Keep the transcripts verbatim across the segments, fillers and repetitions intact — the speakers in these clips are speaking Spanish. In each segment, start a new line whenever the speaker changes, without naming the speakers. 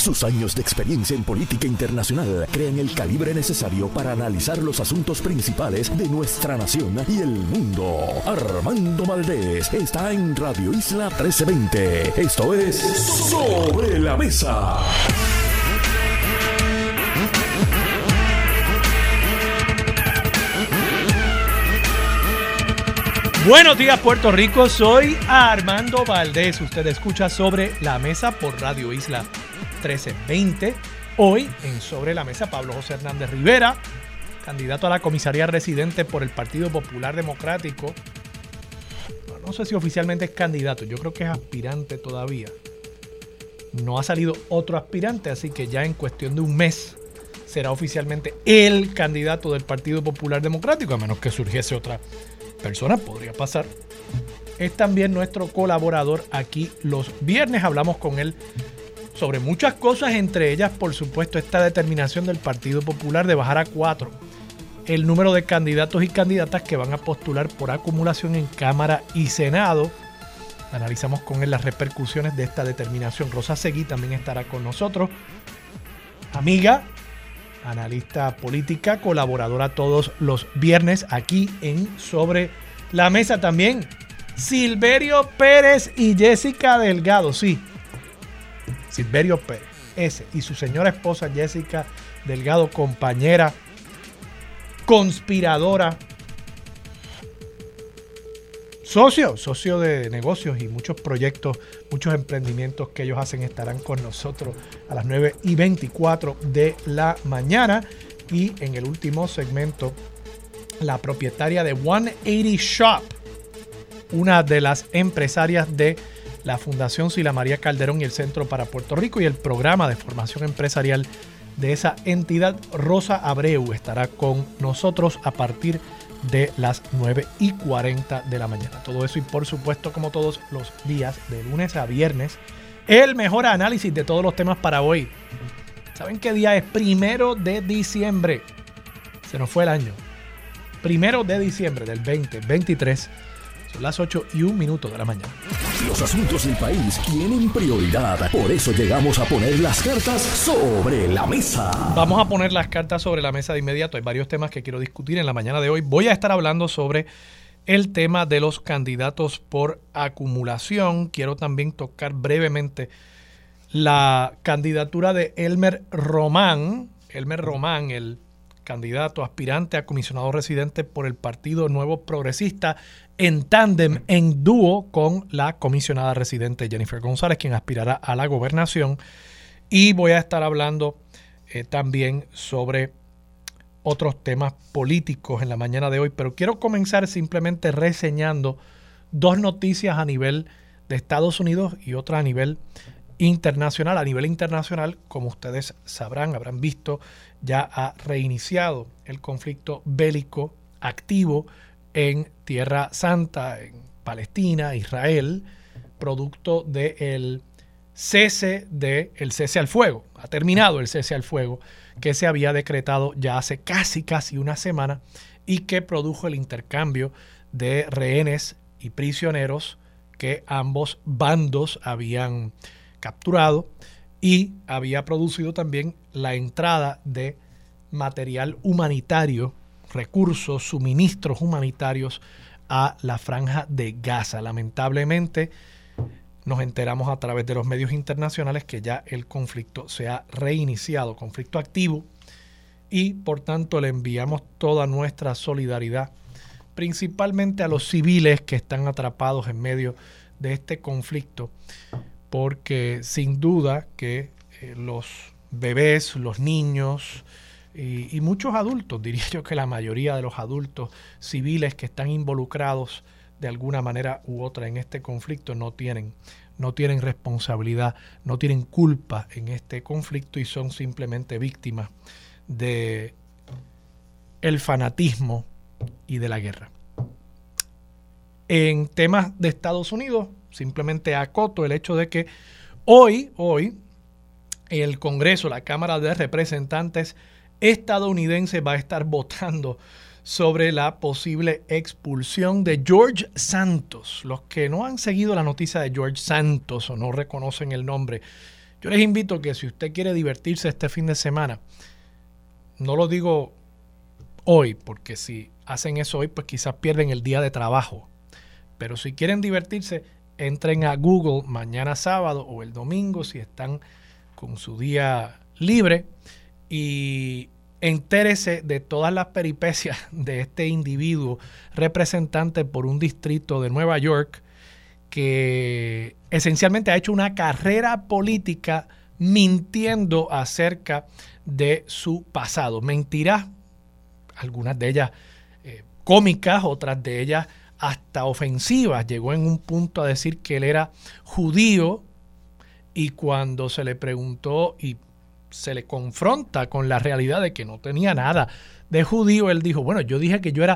Sus años de experiencia en política internacional crean el calibre necesario para analizar los asuntos principales de nuestra nación y el mundo. Armando Valdés está en Radio Isla trece veinte. Esto es Sobre la Mesa.
Buenos días, Puerto Rico. Soy Armando Valdés. Usted escucha Sobre la Mesa por Radio Isla trece veinte. Hoy en Sobre la Mesa, Pablo José Hernández Rivera, candidato a la comisaría residente por el Partido Popular Democrático. No, no sé si oficialmente es candidato, yo creo que es aspirante todavía. No ha salido otro aspirante, así que ya en cuestión de un mes será oficialmente el candidato del Partido Popular Democrático, a menos que surgiese otra persona, podría pasar. Es también nuestro colaborador aquí los viernes. Hablamos con él sobre muchas cosas, entre ellas, por supuesto, esta determinación del Partido Popular de bajar a cuatro el número de candidatos y candidatas que van a postular por acumulación en Cámara y Senado. Analizamos con él las repercusiones de esta determinación. Rosa Seguí también estará con nosotros. Amiga, analista política, colaboradora todos los viernes aquí en Sobre la Mesa. También Silverio Pérez y Jessica Delgado. Sí, Silverio Pérez, ese, y su señora esposa Jessica Delgado, compañera, conspiradora, socio, socio de negocios y muchos proyectos, muchos emprendimientos que ellos hacen, estarán con nosotros a las nueve y veinticuatro de la mañana. Y en el último segmento, la propietaria de ciento ochenta Shop, una de las empresarias de la Fundación Sila María Calderón y el Centro para Puerto Rico y el programa de formación empresarial de esa entidad, Rosa Abreu, estará con nosotros a partir de las nueve y cuarenta de la mañana. Todo eso y, por supuesto, como todos los días, de lunes a viernes, el mejor análisis de todos los temas para hoy. ¿Saben qué día es? Primero de diciembre. Se nos fue el año. Primero de diciembre del veinte veintitrés. Son las ocho y un minuto de la mañana.
Los asuntos del país tienen prioridad. Por eso llegamos a poner las cartas sobre la mesa.
Vamos a poner las cartas sobre la mesa de inmediato. Hay varios temas que quiero discutir en la mañana de hoy. Voy a estar hablando sobre el tema de los candidatos por acumulación. Quiero también tocar brevemente la candidatura de Elmer Román. Elmer Román, el candidato aspirante a comisionado residente por el Partido Nuevo Progresista, en tándem, en dúo con la comisionada residente Jennifer González, quien aspirará a la gobernación. Y voy a estar hablando eh, también sobre otros temas políticos en la mañana de hoy, pero quiero comenzar simplemente reseñando dos noticias a nivel de Estados Unidos y otra a nivel internacional. A nivel internacional, como ustedes sabrán, habrán visto, ya ha reiniciado el conflicto bélico activo en Tierra Santa, en Palestina, Israel, producto del cese de el cese al fuego. Ha terminado el cese al fuego que se había decretado ya hace casi casi una semana y que produjo el intercambio de rehenes y prisioneros que ambos bandos habían capturado, y había producido también la entrada de material humanitario, recursos, suministros humanitarios a la Franja de Gaza. Lamentablemente nos enteramos a través de los medios internacionales que ya el conflicto se ha reiniciado, conflicto activo, y por tanto le enviamos toda nuestra solidaridad, principalmente a los civiles que están atrapados en medio de este conflicto, porque sin duda que eh, los bebés, los niños y, y muchos adultos, diría yo que la mayoría de los adultos civiles que están involucrados de alguna manera u otra en este conflicto no tienen, no tienen responsabilidad, no tienen culpa en este conflicto y son simplemente víctimas de el fanatismo y de la guerra. En temas de Estados Unidos, simplemente acoto el hecho de que hoy, hoy, el Congreso, la Cámara de Representantes estadounidense va a estar votando sobre la posible expulsión de George Santos. Los que no han seguido la noticia de George Santos o no reconocen el nombre, Yo les invito que si usted quiere divertirse este fin de semana, no lo digo hoy, porque si hacen eso hoy, pues quizás pierden el día de trabajo. Pero si quieren divertirse, entren a Google mañana sábado o el domingo, si están con su día libre, y entérese de todas las peripecias de este individuo representante por un distrito de Nueva York que esencialmente ha hecho una carrera política mintiendo acerca de su pasado. Mentiras, algunas de ellas eh, cómicas, otras de ellas hasta ofensivas. Llegó en un punto a decir que él era judío, y cuando se le preguntó y se le confronta con la realidad de que no tenía nada de judío, él dijo, bueno, yo dije que yo era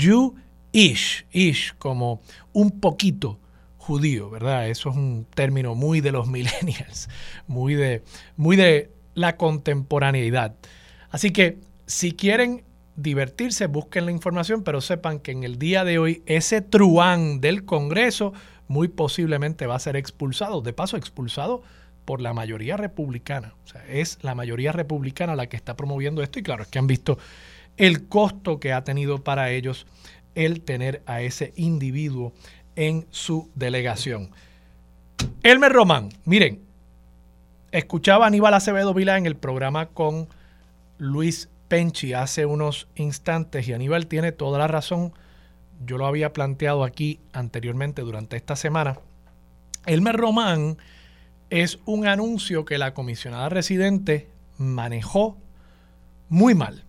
Jew-ish, ish, como un poquito judío, ¿verdad? Eso es un término muy de los millennials, muy de, muy de la contemporaneidad. Así que si quieren divertirse, busquen la información, pero sepan que en el día de hoy ese truán del Congreso muy posiblemente va a ser expulsado, de paso expulsado por la mayoría republicana. O sea, es la mayoría republicana la que está promoviendo esto, y claro, es que han visto el costo que ha tenido para ellos el tener a ese individuo en su delegación. Elmer Román, miren, escuchaba a Aníbal Acevedo Vilá en el programa con Luis Penchi hace unos instantes, y Aníbal tiene toda la razón. Yo lo había planteado aquí anteriormente durante esta semana. Elmer Román es un anuncio que la comisionada residente manejó muy mal.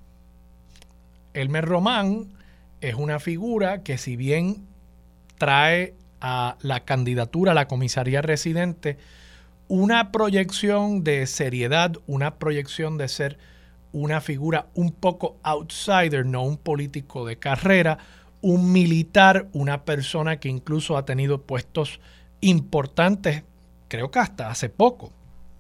Elmer Román es una figura que, si bien trae a la candidatura a la comisaría residente una proyección de seriedad, una proyección de ser una figura un poco outsider, no un político de carrera, un militar, una persona que incluso ha tenido puestos importantes, creo que hasta hace poco,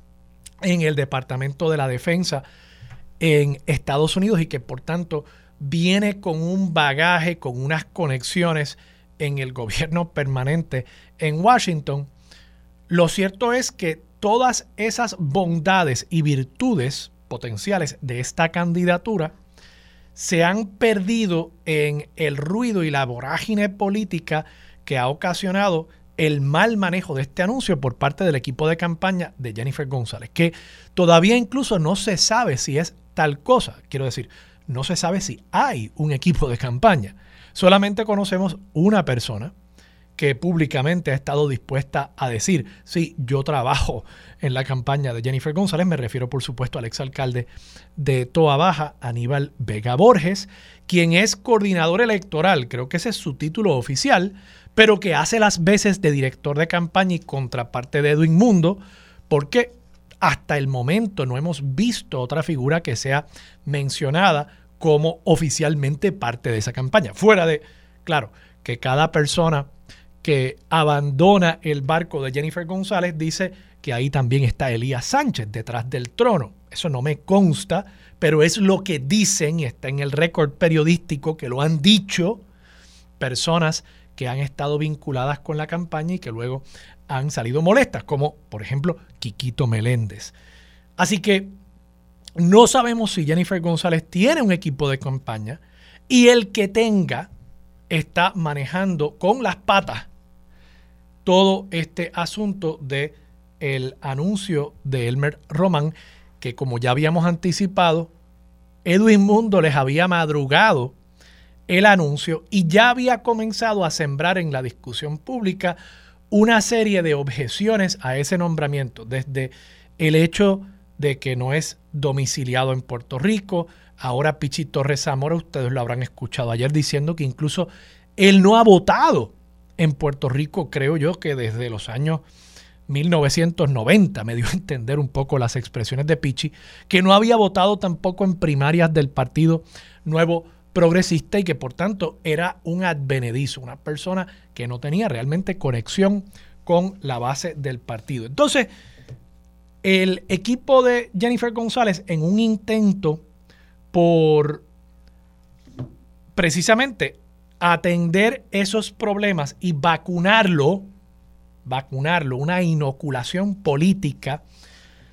en el Departamento de la Defensa en Estados Unidos, y que por tanto viene con un bagaje, con unas conexiones en el gobierno permanente en Washington. Lo cierto es que todas esas bondades y virtudes potenciales de esta candidatura se han perdido en el ruido y la vorágine política que ha ocasionado el mal manejo de este anuncio por parte del equipo de campaña de Jennifer González, que todavía incluso no se sabe si es tal cosa. Quiero decir, no se sabe si hay un equipo de campaña. Solamente conocemos una persona que públicamente ha estado dispuesta a decir, sí, yo trabajo en la campaña de Jennifer González. Me refiero, por supuesto, al exalcalde de Toa Baja, Aníbal Vega Borges, quien es coordinador electoral, creo que ese es su título oficial, pero que hace las veces de director de campaña y contraparte de Edwin Mundo, porque hasta el momento no hemos visto otra figura que sea mencionada como oficialmente parte de esa campaña. Fuera de, claro, que cada persona que abandona el barco de Jennifer González dice que ahí también está Elías Sánchez detrás del trono. Eso no me consta, pero es lo que dicen y está en el récord periodístico que lo han dicho personas que han estado vinculadas con la campaña y que luego han salido molestas, como por ejemplo Quiquito Meléndez. Así que no sabemos si Jennifer González tiene un equipo de campaña, y el que tenga está manejando con las patas todo este asunto de el anuncio de Elmer Román, que, como ya habíamos anticipado, Edwin Mundo les había madrugado el anuncio y ya había comenzado a sembrar en la discusión pública una serie de objeciones a ese nombramiento, desde el hecho de que no es domiciliado en Puerto Rico. Ahora Pichi Torres Zamora, ustedes lo habrán escuchado ayer diciendo que incluso él no ha votado en Puerto Rico, creo yo que desde los años mil novecientos noventa, me dio a entender un poco las expresiones de Pichi, que no había votado tampoco en primarias del Partido Nuevo Progresista y que por tanto era un advenedizo, una persona que no tenía realmente conexión con la base del partido. Entonces, el equipo de Jennifer González, en un intento por precisamente atender esos problemas y vacunarlo, vacunarlo, una inoculación política,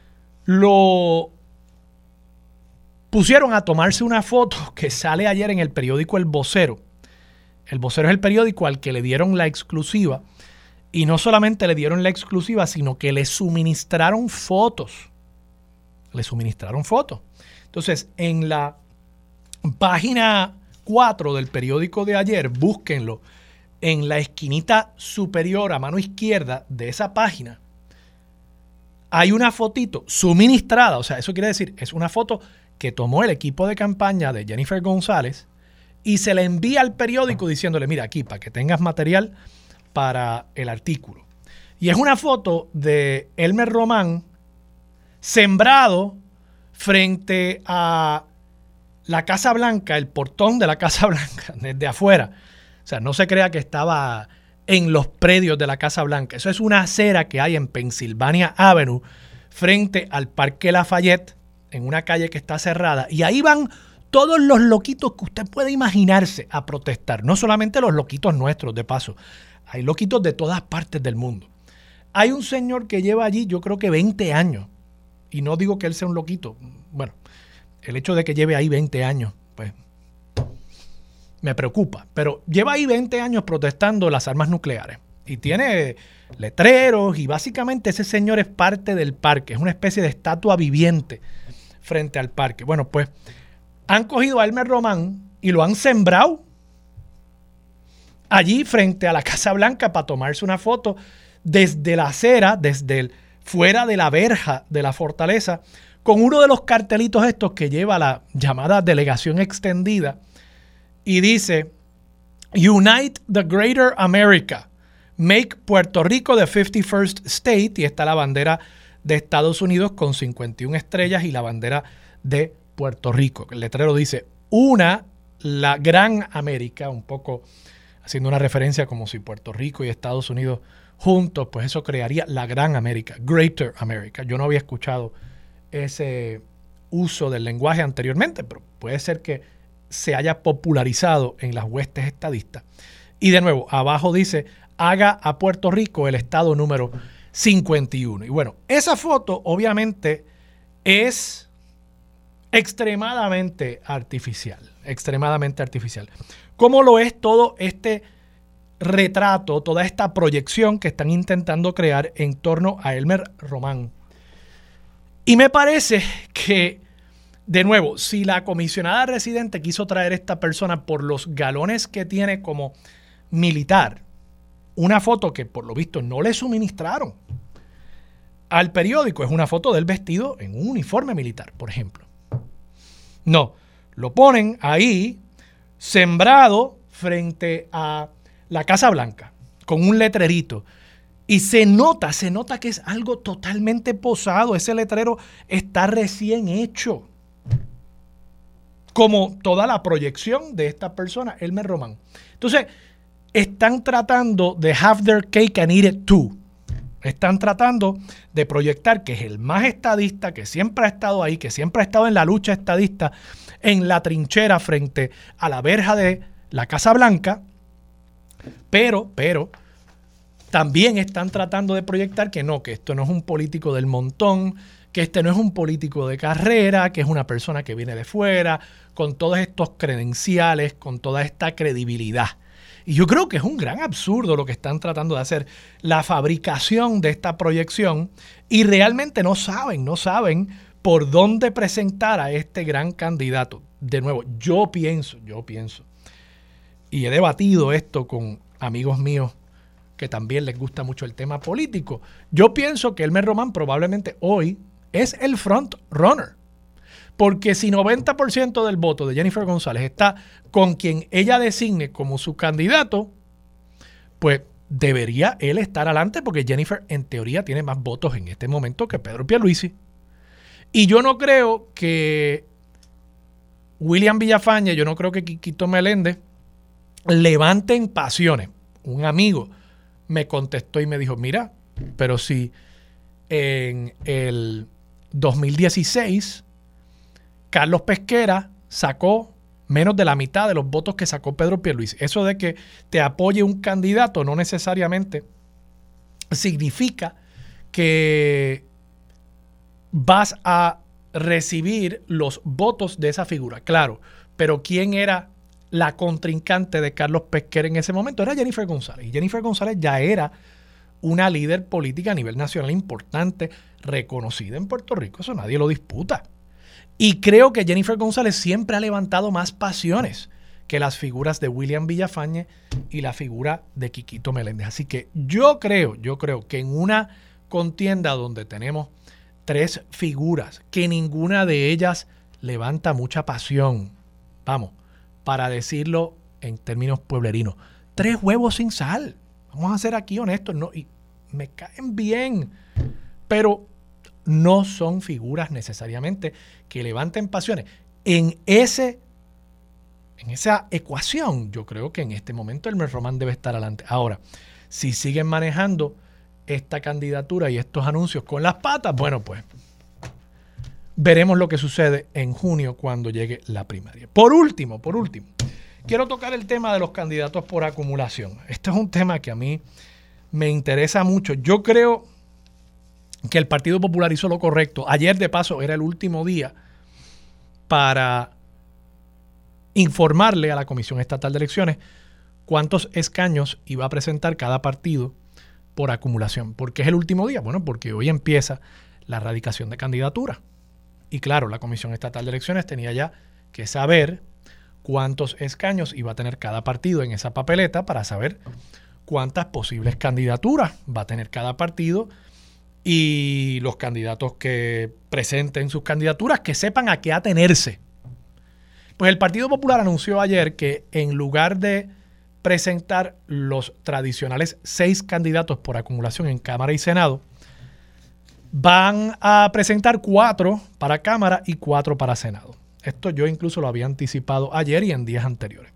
lo pusieron a tomarse una foto que sale ayer en el periódico El Vocero. El Vocero es el periódico al que le dieron la exclusiva. Y no solamente le dieron la exclusiva, sino que le suministraron fotos. Le suministraron fotos. Entonces, en la página cuatro del periódico de ayer, búsquenlo, en la esquinita superior a mano izquierda de esa página, hay una fotito suministrada. O sea, eso quiere decir, es una foto que tomó el equipo de campaña de Jennifer González y se le envía al periódico diciéndole, mira, aquí, para que tengas material para el artículo. Y es una foto de Elmer Román sembrado frente a la Casa Blanca, el portón de la Casa Blanca, desde afuera. O sea, no se crea que estaba en los predios de la Casa Blanca. Eso es una acera que hay en Pennsylvania Avenue, frente al Parque Lafayette, en una calle que está cerrada. Y ahí van todos los loquitos que usted puede imaginarse a protestar. No solamente los loquitos nuestros, de paso. Hay loquitos de todas partes del mundo. Hay un señor que lleva allí, yo creo que veinte años. Y no digo que él sea un loquito. Bueno, el hecho de que lleve ahí veinte años, pues, me preocupa. Pero lleva ahí veinte años protestando las armas nucleares. Y tiene letreros y básicamente ese señor es parte del parque. Es una especie de estatua viviente frente al parque. Bueno, pues han cogido a Elmer Román y lo han sembrado allí frente a la Casa Blanca para tomarse una foto desde la acera, desde el, fuera de la verja de la fortaleza, con uno de los cartelitos estos que lleva la llamada delegación extendida y dice Unite the Greater America, make Puerto Rico the fifty-first state, y está la bandera de Estados Unidos con cincuenta y una estrellas y la bandera de Puerto Rico. El letrero dice una, la gran América, un poco haciendo una referencia como si Puerto Rico y Estados Unidos juntos, pues eso crearía la gran América, Greater America. Yo no había escuchado ese uso del lenguaje anteriormente, pero puede ser que se haya popularizado en las huestes estadistas. Y de nuevo, abajo dice, haga a Puerto Rico el estado número cincuenta y uno. Y bueno, esa foto obviamente es extremadamente artificial, extremadamente artificial. ¿Cómo lo es todo este retrato, toda esta proyección que están intentando crear en torno a Elmer Román? Y me parece que, de nuevo, si la comisionada residente quiso traer a esta persona por los galones que tiene como militar, una foto que por lo visto no le suministraron al periódico, es una foto del vestido en un uniforme militar, por ejemplo. No, lo ponen ahí sembrado frente a la Casa Blanca con un letrerito. Y se nota, se nota que es algo totalmente posado. Ese letrero está recién hecho. Como toda la proyección de esta persona, Elmer Román. Entonces, están tratando de have their cake and eat it too. Están tratando de proyectar que es el más estadista, que siempre ha estado ahí, que siempre ha estado en la lucha estadista, en la trinchera frente a la verja de la Casa Blanca, pero, pero, también están tratando de proyectar que no, que esto no es un político del montón, que este no es un político de carrera, que es una persona que viene de fuera, con todos estos credenciales, con toda esta credibilidad. Y yo creo que es un gran absurdo lo que están tratando de hacer, la fabricación de esta proyección, y realmente no saben, no saben por dónde presentar a este gran candidato. De nuevo, yo pienso, yo pienso, y he debatido esto con amigos míos que también les gusta mucho el tema político. Yo pienso que Elmer Román probablemente hoy es el front runner. Porque si noventa por ciento del voto de Jennifer González está con quien ella designe como su candidato, pues debería él estar adelante, porque Jennifer en teoría tiene más votos en este momento que Pedro Pierluisi. Y yo no creo que William Villafañe, yo no creo que Quiquito Meléndez levanten pasiones. Un amigo me contestó y me dijo, mira, pero si en el dos mil dieciséis Carlos Pesquera sacó menos de la mitad de los votos que sacó Pedro Pierluisi. Eso de que te apoye un candidato no necesariamente significa que vas a recibir los votos de esa figura. Claro, pero ¿quién era la contrincante de Carlos Pesquer en ese momento? Era Jennifer González. Y Jennifer González ya era una líder política a nivel nacional importante, reconocida en Puerto Rico. Eso nadie lo disputa. Y creo que Jennifer González siempre ha levantado más pasiones que las figuras de William Villafañe y la figura de Quiquito Meléndez. Así que yo creo, yo creo que en una contienda donde tenemos tres figuras, que ninguna de ellas levanta mucha pasión, vamos, para decirlo en términos pueblerinos, tres huevos sin sal. Vamos a ser aquí honestos, no, y me caen bien, pero no son figuras necesariamente que levanten pasiones. En ese, en esa ecuación, yo creo que en este momento Elmer Román debe estar adelante. Ahora, si siguen manejando esta candidatura y estos anuncios con las patas, bueno, pues veremos lo que sucede en junio cuando llegue la primaria. Por último, por último, quiero tocar el tema de los candidatos por acumulación. Este es un tema que a mí me interesa mucho. Yo creo que el Partido Popular hizo lo correcto. Ayer, de paso, era el último día para informarle a la Comisión Estatal de Elecciones cuántos escaños iba a presentar cada partido por acumulación. ¿Por qué es el último día? Bueno, porque hoy empieza la radicación de candidatura. Y claro, la Comisión Estatal de Elecciones tenía ya que saber cuántos escaños iba a tener cada partido en esa papeleta para saber cuántas posibles candidaturas va a tener cada partido y los candidatos que presenten sus candidaturas que sepan a qué atenerse. Pues el Partido Popular anunció ayer que en lugar de presentar los tradicionales seis candidatos por acumulación en Cámara y Senado, van a presentar cuatro para Cámara y cuatro para Senado. Esto yo incluso lo había anticipado ayer y en días anteriores.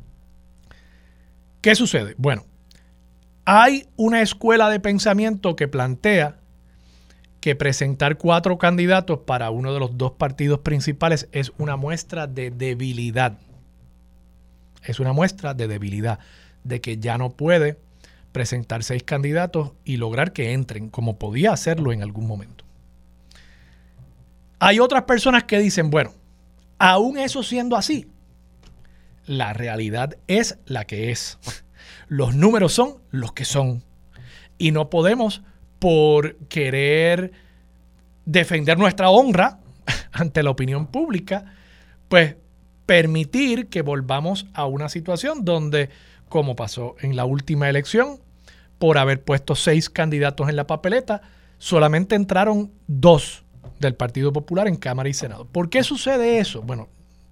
¿Qué sucede? Bueno, hay una escuela de pensamiento que plantea que presentar cuatro candidatos para uno de los dos partidos principales es una muestra de debilidad. Es una muestra de debilidad, de que ya no puede presentar seis candidatos y lograr que entren, como podía hacerlo en algún momento. Hay otras personas que dicen, bueno, aún eso siendo así, la realidad es la que es. Los números son los que son. Y no podemos, por querer defender nuestra honra ante la opinión pública, pues permitir que volvamos a una situación donde, como pasó en la última elección, por haber puesto seis candidatos en la papeleta, solamente entraron dos del Partido Popular en Cámara y Senado. ¿Por qué sucede eso? Bueno,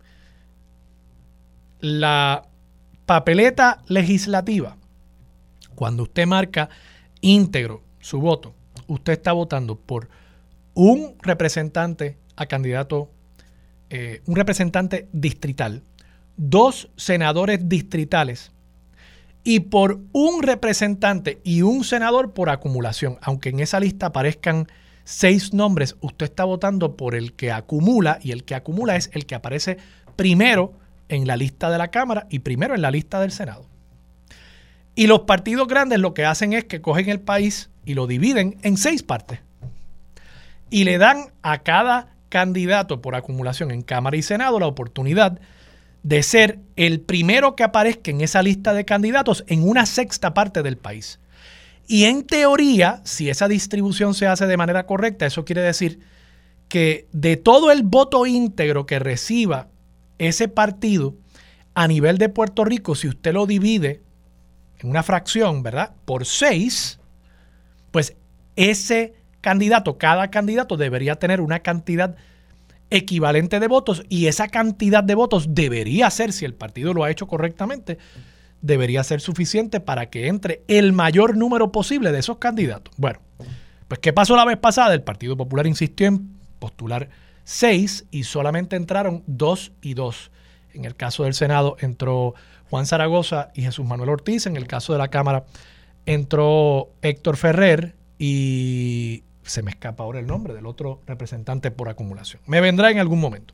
la papeleta legislativa, cuando usted marca íntegro su voto, usted está votando por un representante a candidato, eh, un representante distrital, dos senadores distritales y por un representante y un senador por acumulación. Aunque en esa lista aparezcan seis nombres, usted está votando por el que acumula, y el que acumula es el que aparece primero en la lista de la Cámara y primero en la lista del Senado. Y los partidos grandes lo que hacen es que cogen el país y lo dividen en seis partes. Y le dan a cada candidato por acumulación en Cámara y Senado la oportunidad de ser el primero que aparezca en esa lista de candidatos en una sexta parte del país. Y en teoría, si esa distribución se hace de manera correcta, eso quiere decir que de todo el voto íntegro que reciba ese partido a nivel de Puerto Rico, si usted lo divide en una fracción, ¿verdad?, por seis, pues ese candidato, cada candidato debería tener una cantidad equivalente de votos, y esa cantidad de votos debería ser, si el partido lo ha hecho correctamente, debería ser suficiente para que entre el mayor número posible de esos candidatos. Bueno, pues ¿qué pasó la vez pasada? El Partido Popular insistió en postular seis y solamente entraron dos y dos. En el caso del Senado entró Juan Zaragoza y Jesús Manuel Ortiz. En el caso de la Cámara entró Héctor Ferrer y se me escapa ahora el nombre del otro representante por acumulación. Me vendrá en algún momento.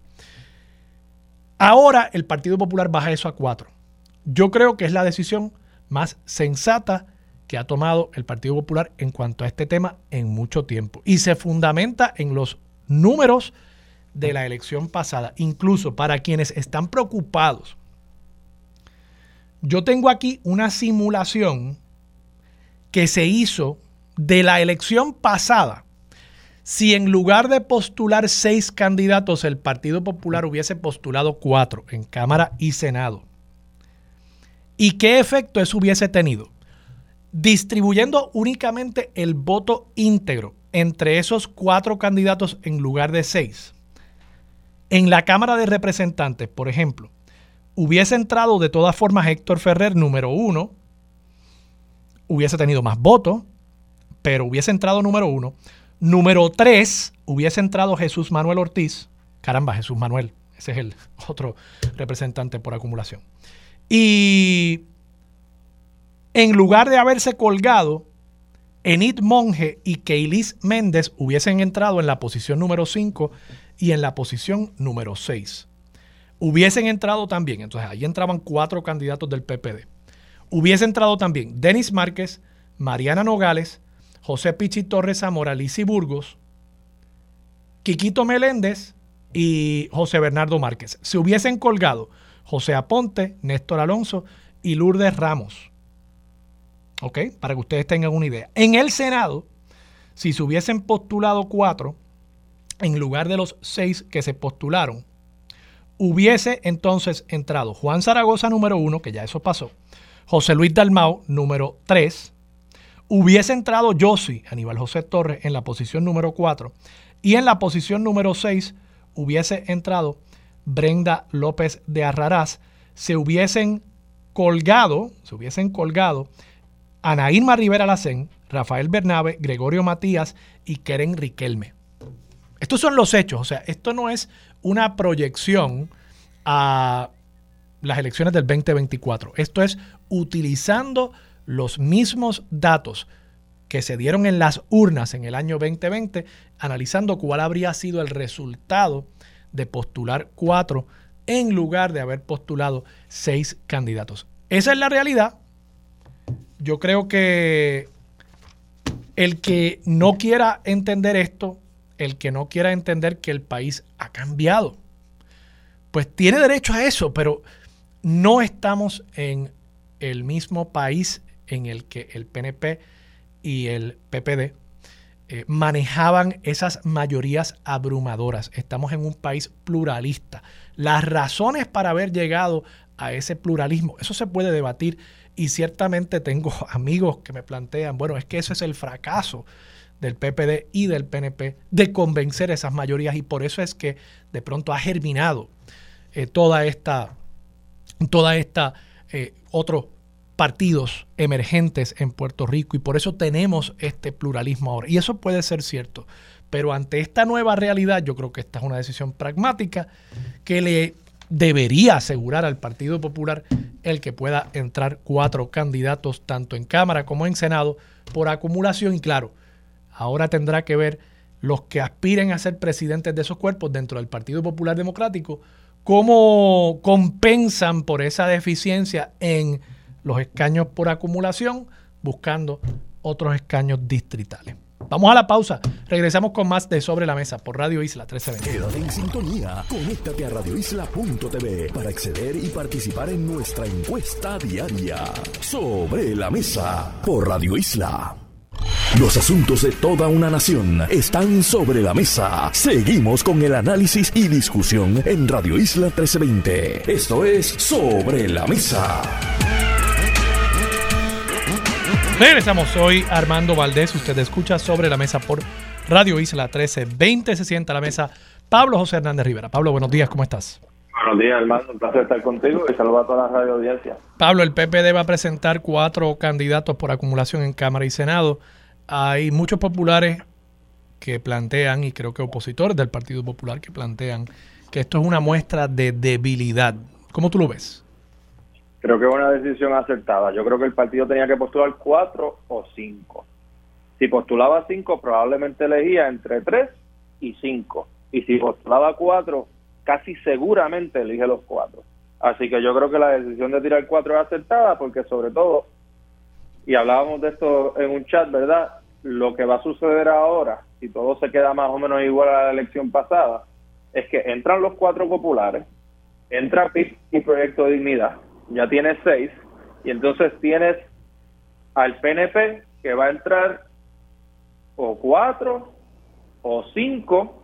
Ahora el Partido Popular baja eso a cuatro. Yo creo que es la decisión más sensata que ha tomado el Partido Popular en cuanto a este tema en mucho tiempo. Y se fundamenta en los números de la elección pasada. Incluso para quienes están preocupados, yo tengo aquí una simulación que se hizo de la elección pasada. Si en lugar de postular seis candidatos, el Partido Popular hubiese postulado cuatro en Cámara y Senado. ¿Y qué efecto eso hubiese tenido? Distribuyendo únicamente el voto íntegro entre esos cuatro candidatos en lugar de seis. En la Cámara de Representantes, por ejemplo, hubiese entrado de todas formas Héctor Ferrer, número uno, hubiese tenido más votos, pero hubiese entrado número uno. Número tres, hubiese entrado Jesús Manuel Ortiz. Caramba, Jesús Manuel, ese es el otro representante por acumulación. Y en lugar de haberse colgado, Enid Monge y Keilis Méndez hubiesen entrado en la posición número cinco y en la posición número seis. Hubiesen entrado también, entonces ahí entraban cuatro candidatos del P P D. Hubiese entrado también Denis Márquez, Mariana Nogales, José Pichi Torres Zamora, Lizy Burgos, Quiquito Meléndez y José Bernardo Márquez. Se hubiesen colgado José Aponte, Néstor Alonso y Lourdes Ramos. ¿Ok? Para que ustedes tengan una idea. En el Senado, si se hubiesen postulado cuatro, en lugar de los seis que se postularon, hubiese entonces entrado Juan Zaragoza número uno, que ya eso pasó, José Luis Dalmau número tres, hubiese entrado Yossi, Aníbal José Torres, en la posición número cuatro, y en la posición número seis hubiese entrado Brenda López de Arrarás. Se hubiesen colgado, se hubiesen colgado Ana Irma Rivera Lacén, Rafael Bernabe, Gregorio Matías y Keren Riquelme. Estos son los hechos, o sea, esto no es una proyección a las elecciones del veinte veinticuatro. Esto es utilizando los mismos datos que se dieron en las urnas en el año veinte veinte, analizando cuál habría sido el resultado de postular cuatro en lugar de haber postulado seis candidatos. Esa es la realidad. Yo creo que el que no quiera entender esto, el que no quiera entender que el país ha cambiado, pues tiene derecho a eso, pero no estamos en el mismo país en el que el P N P y el P P D eh, manejaban esas mayorías abrumadoras. Estamos en un país pluralista. Las razones para haber llegado a ese pluralismo, eso se puede debatir, y ciertamente tengo amigos que me plantean, bueno, es que eso es el fracaso del P P D y del P N P de convencer esas mayorías, y por eso es que de pronto ha germinado eh, toda esta, toda esta eh, otros partidos emergentes en Puerto Rico, y por eso tenemos este pluralismo ahora. Y eso puede ser cierto, pero ante esta nueva realidad yo creo que esta es una decisión pragmática que le debería asegurar al Partido Popular el que pueda entrar cuatro candidatos tanto en Cámara como en Senado por acumulación. Y claro, ahora tendrá que ver los que aspiren a ser presidentes de esos cuerpos dentro del Partido Popular Democrático cómo compensan por esa deficiencia en los escaños por acumulación, buscando otros escaños distritales. Vamos a la pausa. Regresamos con más de Sobre la Mesa por Radio Isla trece veinte.
Quédate en sintonía. Conéctate a radio isla punto t v para acceder y participar en nuestra encuesta diaria. Sobre la Mesa por Radio Isla. Los asuntos de toda una nación están sobre la mesa. Seguimos con el análisis y discusión en Radio Isla trece veinte. Esto es Sobre la Mesa.
Regresamos, soy Armando Valdés, usted escucha Sobre la Mesa por Radio Isla trece veinte, se sienta a la mesa Pablo José Hernández Rivera. Pablo, buenos días, ¿cómo estás?
Buenos días, Armando, un placer estar contigo y saludo a toda la radio audiencia.
Pablo, el P P D va a presentar cuatro candidatos por acumulación en Cámara y Senado. Hay muchos populares que plantean, y creo que opositores del Partido Popular que plantean que esto es una muestra de debilidad. ¿Cómo tú lo ves?
Creo que es una decisión acertada. Yo creo que el partido tenía que postular cuatro o cinco. Si postulaba cinco, probablemente elegía entre tres y cinco. Y si postulaba cuatro, casi seguramente elige los cuatro. Así que yo creo que la decisión de tirar cuatro es acertada, porque sobre todo, y hablábamos de esto en un chat, ¿verdad? Lo que va a suceder ahora, si todo se queda más o menos igual a la elección pasada, es que entran los cuatro populares, entra P I B y Proyecto de Dignidad, ya tienes seis, y entonces tienes al P N P que va a entrar o cuatro, o cinco,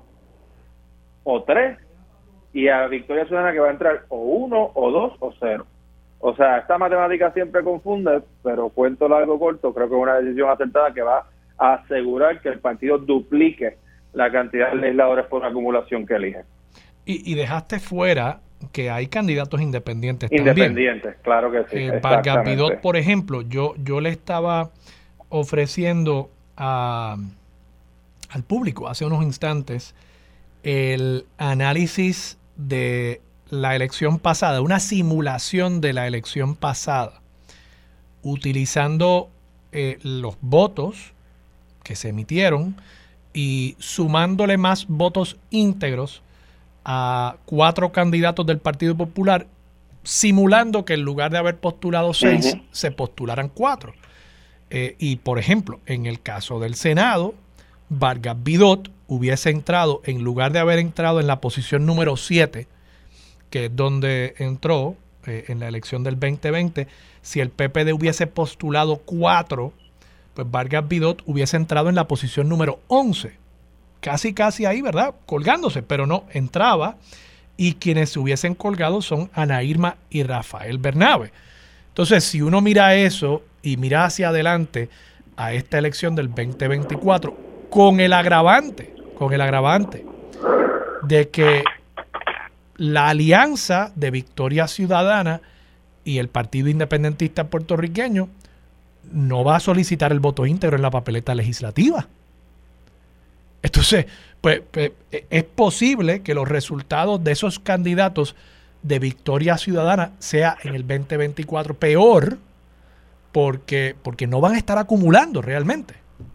o tres, y a Victoria Ciudadana que va a entrar o uno, o dos, o cero. O sea, esta matemática siempre confunde, pero cuento largo corto, creo que es una decisión acertada que va a asegurar que el partido duplique la cantidad de legisladores por acumulación que elige.
Y, y dejaste fuera que hay candidatos independientes,
independientes
también.
Claro que sí.
Eh, Vargas Vidot, por ejemplo, yo, yo le estaba ofreciendo a, al público hace unos instantes el análisis de la elección pasada, una simulación de la elección pasada, utilizando eh, los votos que se emitieron y sumándole más votos íntegros a cuatro candidatos del Partido Popular, simulando que en lugar de haber postulado seis, uh-huh. se postularan cuatro. Eh, y, por ejemplo, en el caso del Senado, Vargas Vidot hubiese entrado, en lugar de haber entrado en la posición número siete, que es donde entró eh, en la elección del veinte veinte, si el P P D hubiese postulado cuatro, pues Vargas Vidot hubiese entrado en la posición número once. Casi, casi ahí, ¿verdad? Colgándose, pero no, entraba. Y quienes se hubiesen colgado son Ana Irma y Rafael Bernabe. Entonces, si uno mira eso y mira hacia adelante a esta elección del veinte veinticuatro, con el agravante, con el agravante de que la alianza de Victoria Ciudadana y el Partido Independentista Puertorriqueño no va a solicitar el voto íntegro en la papeleta legislativa. Entonces, pues, pues es posible que los resultados de esos candidatos de Victoria Ciudadana sea en el veinte veinticuatro peor porque, porque no van a estar acumulando realmente.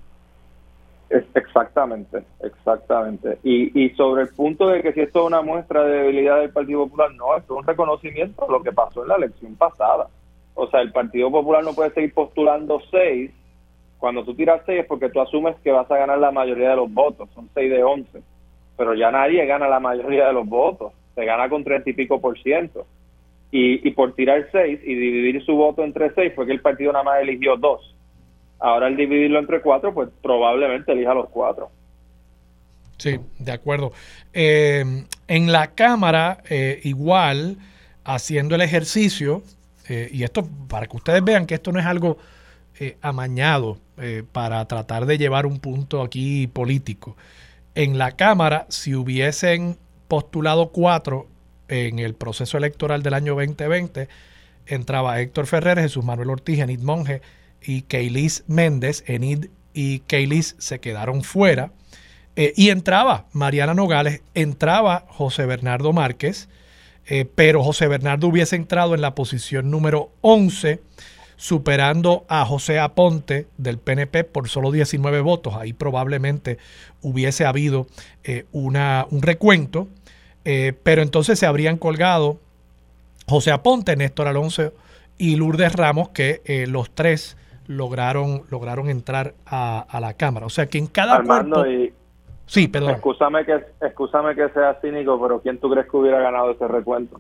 Exactamente, exactamente. Y, y sobre el punto de que si esto es una muestra de debilidad del Partido Popular, no, esto es un reconocimiento de lo que pasó en la elección pasada. O sea, el Partido Popular no puede seguir postulando seis. Cuando tú tiras seis es porque tú asumes que vas a ganar la mayoría de los votos, son seis de once. Pero ya nadie gana la mayoría de los votos, se gana con treinta y pico por ciento. Y, y por tirar seis y dividir su voto entre seis fue que el partido nada más eligió dos. Ahora al dividirlo entre cuatro, pues probablemente elija los cuatro.
Sí, de acuerdo. Eh, en la Cámara, eh, igual, haciendo el ejercicio, eh, y esto para que ustedes vean que esto no es algo eh, amañado eh, para tratar de llevar un punto aquí político. En la Cámara, si hubiesen postulado cuatro en el proceso electoral del año veinte veinte, entraba Héctor Ferrer, Jesús Manuel Ortiz, Enid Monge y Keilis Méndez. Enid y Keilis se quedaron fuera. Eh, y entraba Mariana Nogales, entraba José Bernardo Márquez, eh, pero José Bernardo hubiese entrado en la posición número once, superando a José Aponte del P N P por solo diecinueve votos. Ahí probablemente hubiese habido eh, una, un recuento, eh, pero entonces se habrían colgado José Aponte, Néstor Alonso y Lourdes Ramos, que eh, los tres lograron, lograron entrar a, a la Cámara. O sea que en cada
Armando,
cuerpo...
Y...
Sí, perdón.
Excúsame que, excúsame que sea cínico, pero ¿quién tú crees que hubiera ganado ese recuento?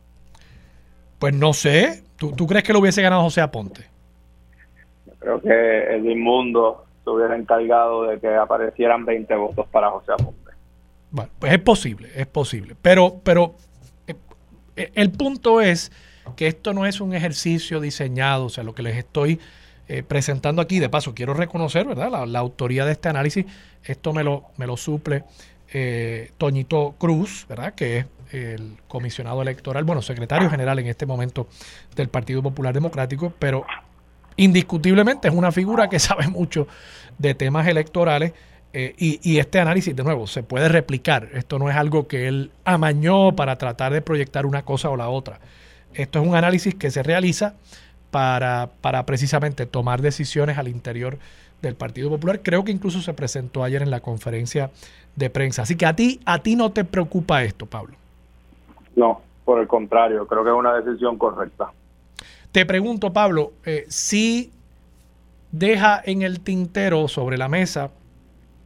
Pues no sé. ¿Tú, tú crees que lo hubiese ganado José Aponte?
Yo creo que el inmundo se hubiera encargado de que aparecieran veinte votos para José Aponte.
Bueno, pues es posible, es posible. Pero, pero eh, el punto es que esto no es un ejercicio diseñado. O sea, lo que les estoy eh, presentando aquí, de paso, quiero reconocer, ¿verdad?, la, la autoría de este análisis. Esto me lo, me lo suple eh, Toñito Cruz, ¿verdad?, que es el comisionado electoral, bueno, secretario general en este momento del Partido Popular Democrático, pero indiscutiblemente es una figura que sabe mucho de temas electorales eh, y, y este análisis, de nuevo, se puede replicar. Esto no es algo que él amañó para tratar de proyectar una cosa o la otra. Esto es un análisis que se realiza para, para precisamente tomar decisiones al interior del Partido Popular. Creo que incluso se presentó ayer en la conferencia de prensa. Así que a ti, a ti no te preocupa esto, Pablo.
No, por el contrario, creo que es una decisión correcta.
Te pregunto, Pablo, eh, si deja en el tintero sobre la mesa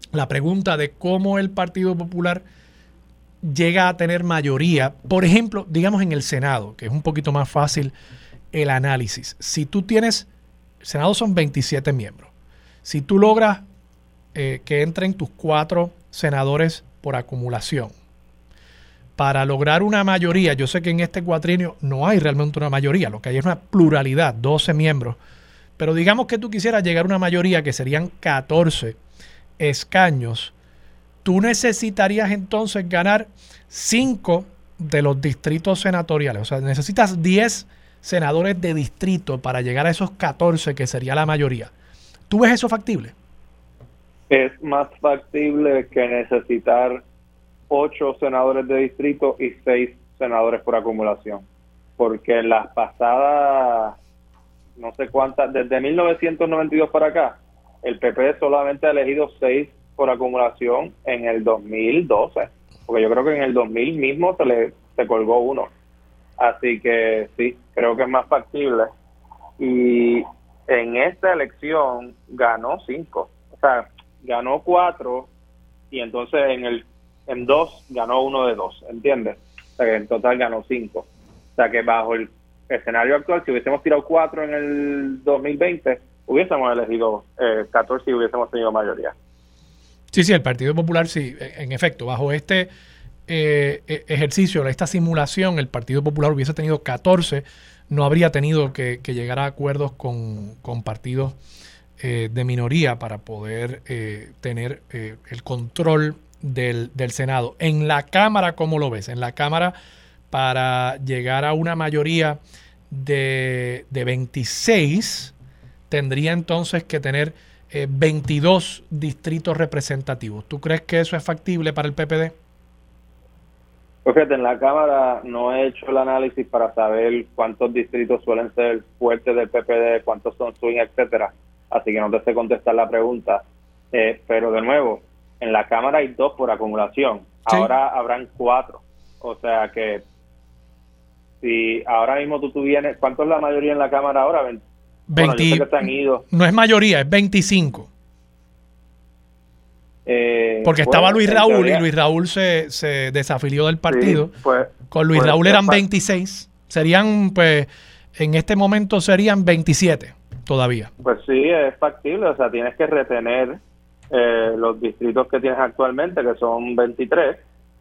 la pregunta de cómo el Partido Popular llega a tener mayoría, por ejemplo, digamos en el Senado, que es un poquito más fácil el análisis. Si tú tienes, el Senado son veintisiete miembros, si tú logras eh, que entren tus cuatro senadores por acumulación, para lograr una mayoría, yo sé que en este cuatrienio no hay realmente una mayoría, lo que hay es una pluralidad, doce miembros, pero digamos que tú quisieras llegar a una mayoría que serían catorce escaños, tú necesitarías entonces ganar cinco de los distritos senatoriales, o sea, necesitas diez senadores de distrito para llegar a esos catorce que sería la mayoría. ¿Tú ves eso factible?
Es más factible que necesitar ocho senadores de distrito y seis senadores por acumulación, porque en las pasadas, no sé cuántas, desde mil novecientos noventa y dos para acá, el P P solamente ha elegido seis por acumulación en el dos mil doce, porque yo creo que en el dos mil mismo se le se colgó uno. Así que sí, creo que es más factible. Y en esta elección ganó cinco, o sea, ganó cuatro y entonces en el en dos ganó uno de dos, ¿entiendes? O sea que en total ganó cinco. O sea que bajo el escenario actual, si hubiésemos tirado cuatro en el dos mil veinte, hubiésemos elegido eh, catorce y hubiésemos tenido mayoría.
Sí, sí, el Partido Popular, sí, en efecto, bajo este eh, ejercicio, esta simulación, el Partido Popular hubiese tenido catorce, no habría tenido que, que llegar a acuerdos con, con partidos eh, de minoría para poder eh, tener eh, el control del, del Senado. En la Cámara, ¿cómo lo ves? En la Cámara, para llegar a una mayoría de, de veintiséis, tendría entonces que tener eh, veintidós distritos representativos. ¿Tú crees que eso es factible para el P P D?
Pues fíjate, en la Cámara no he hecho el análisis para saber cuántos distritos suelen ser fuertes del P P D, cuántos son swing, etcétera. Así que no te sé contestar la pregunta. Eh, pero de nuevo, en la Cámara hay dos por acumulación. Sí. Ahora habrán cuatro. O sea que si ahora mismo tú tuvieras, ¿cuánto es la mayoría en la Cámara ahora? veinte,
bueno, yo sé que se han ido. No es mayoría, es veinticinco.
Eh,
Porque
bueno,
estaba Luis Raúl
teoría,
y Luis Raúl se, se desafilió del partido.
Sí, pues,
Con Luis
pues,
Raúl
pues,
eran
pues,
veintiséis. Serían, pues, en este momento serían veintisiete todavía.
Pues sí, es factible. O sea, tienes que retener eh, los distritos que tienes actualmente, que son veintitrés,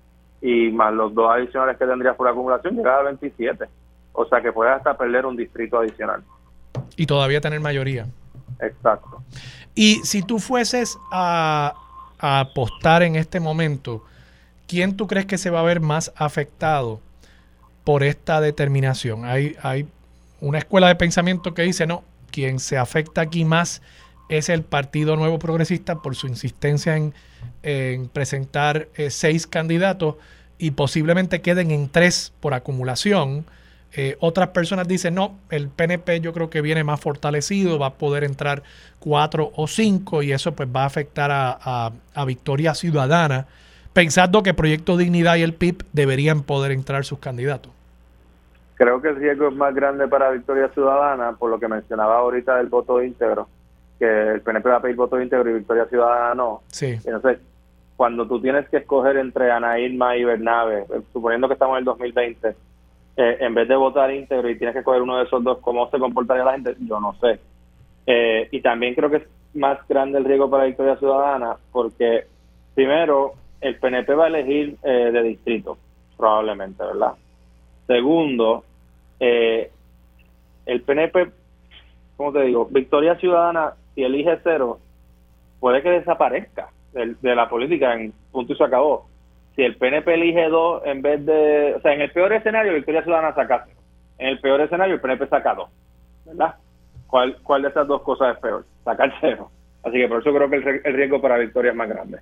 y más los dos adicionales que tendrías por acumulación, llegar a veintisiete. O sea, que puedes hasta perder un distrito adicional.
Y todavía tener mayoría.
Exacto.
Y si tú fueses a, a apostar en este momento, ¿quién tú crees que se va a ver más afectado por esta determinación? Hay, hay una escuela de pensamiento que dice, no, quien se afecta aquí más es el Partido Nuevo Progresista por su insistencia en, en presentar eh, seis candidatos y posiblemente queden en tres por acumulación. Eh, otras personas dicen, no, el P N P yo creo que viene más fortalecido, va a poder entrar cuatro o cinco y eso pues va a afectar a, a, a Victoria Ciudadana, pensando que Proyecto Dignidad y el P I B deberían poder entrar sus candidatos.
Creo que el riesgo es más grande para Victoria Ciudadana, por lo que mencionaba ahorita del voto íntegro, que el P N P va a pedir voto íntegro y Victoria Ciudadana no.
Sí.
Entonces, cuando tú tienes que escoger entre Ana Irma y Bernabe, suponiendo que estamos en el dos mil veinte, eh, en vez de votar íntegro y tienes que escoger uno de esos dos, ¿cómo se comportaría la gente? Yo no sé. Eh, y también creo que es más grande el riesgo para Victoria Ciudadana, porque primero, el P N P va a elegir eh, de distrito, probablemente, ¿verdad? Segundo, eh, el P N P, ¿cómo te digo? Victoria Ciudadana, si elige cero, puede que desaparezca de, de la política en punto y se acabó. Si el P N P elige dos en vez de... O sea, en el peor escenario, Victoria Ciudadana saca cero. En el peor escenario, el P N P saca dos, ¿verdad? ¿Cuál, cuál de esas dos cosas es peor? Sacar cero. Así que por eso creo que el, el riesgo para Victoria es más grande.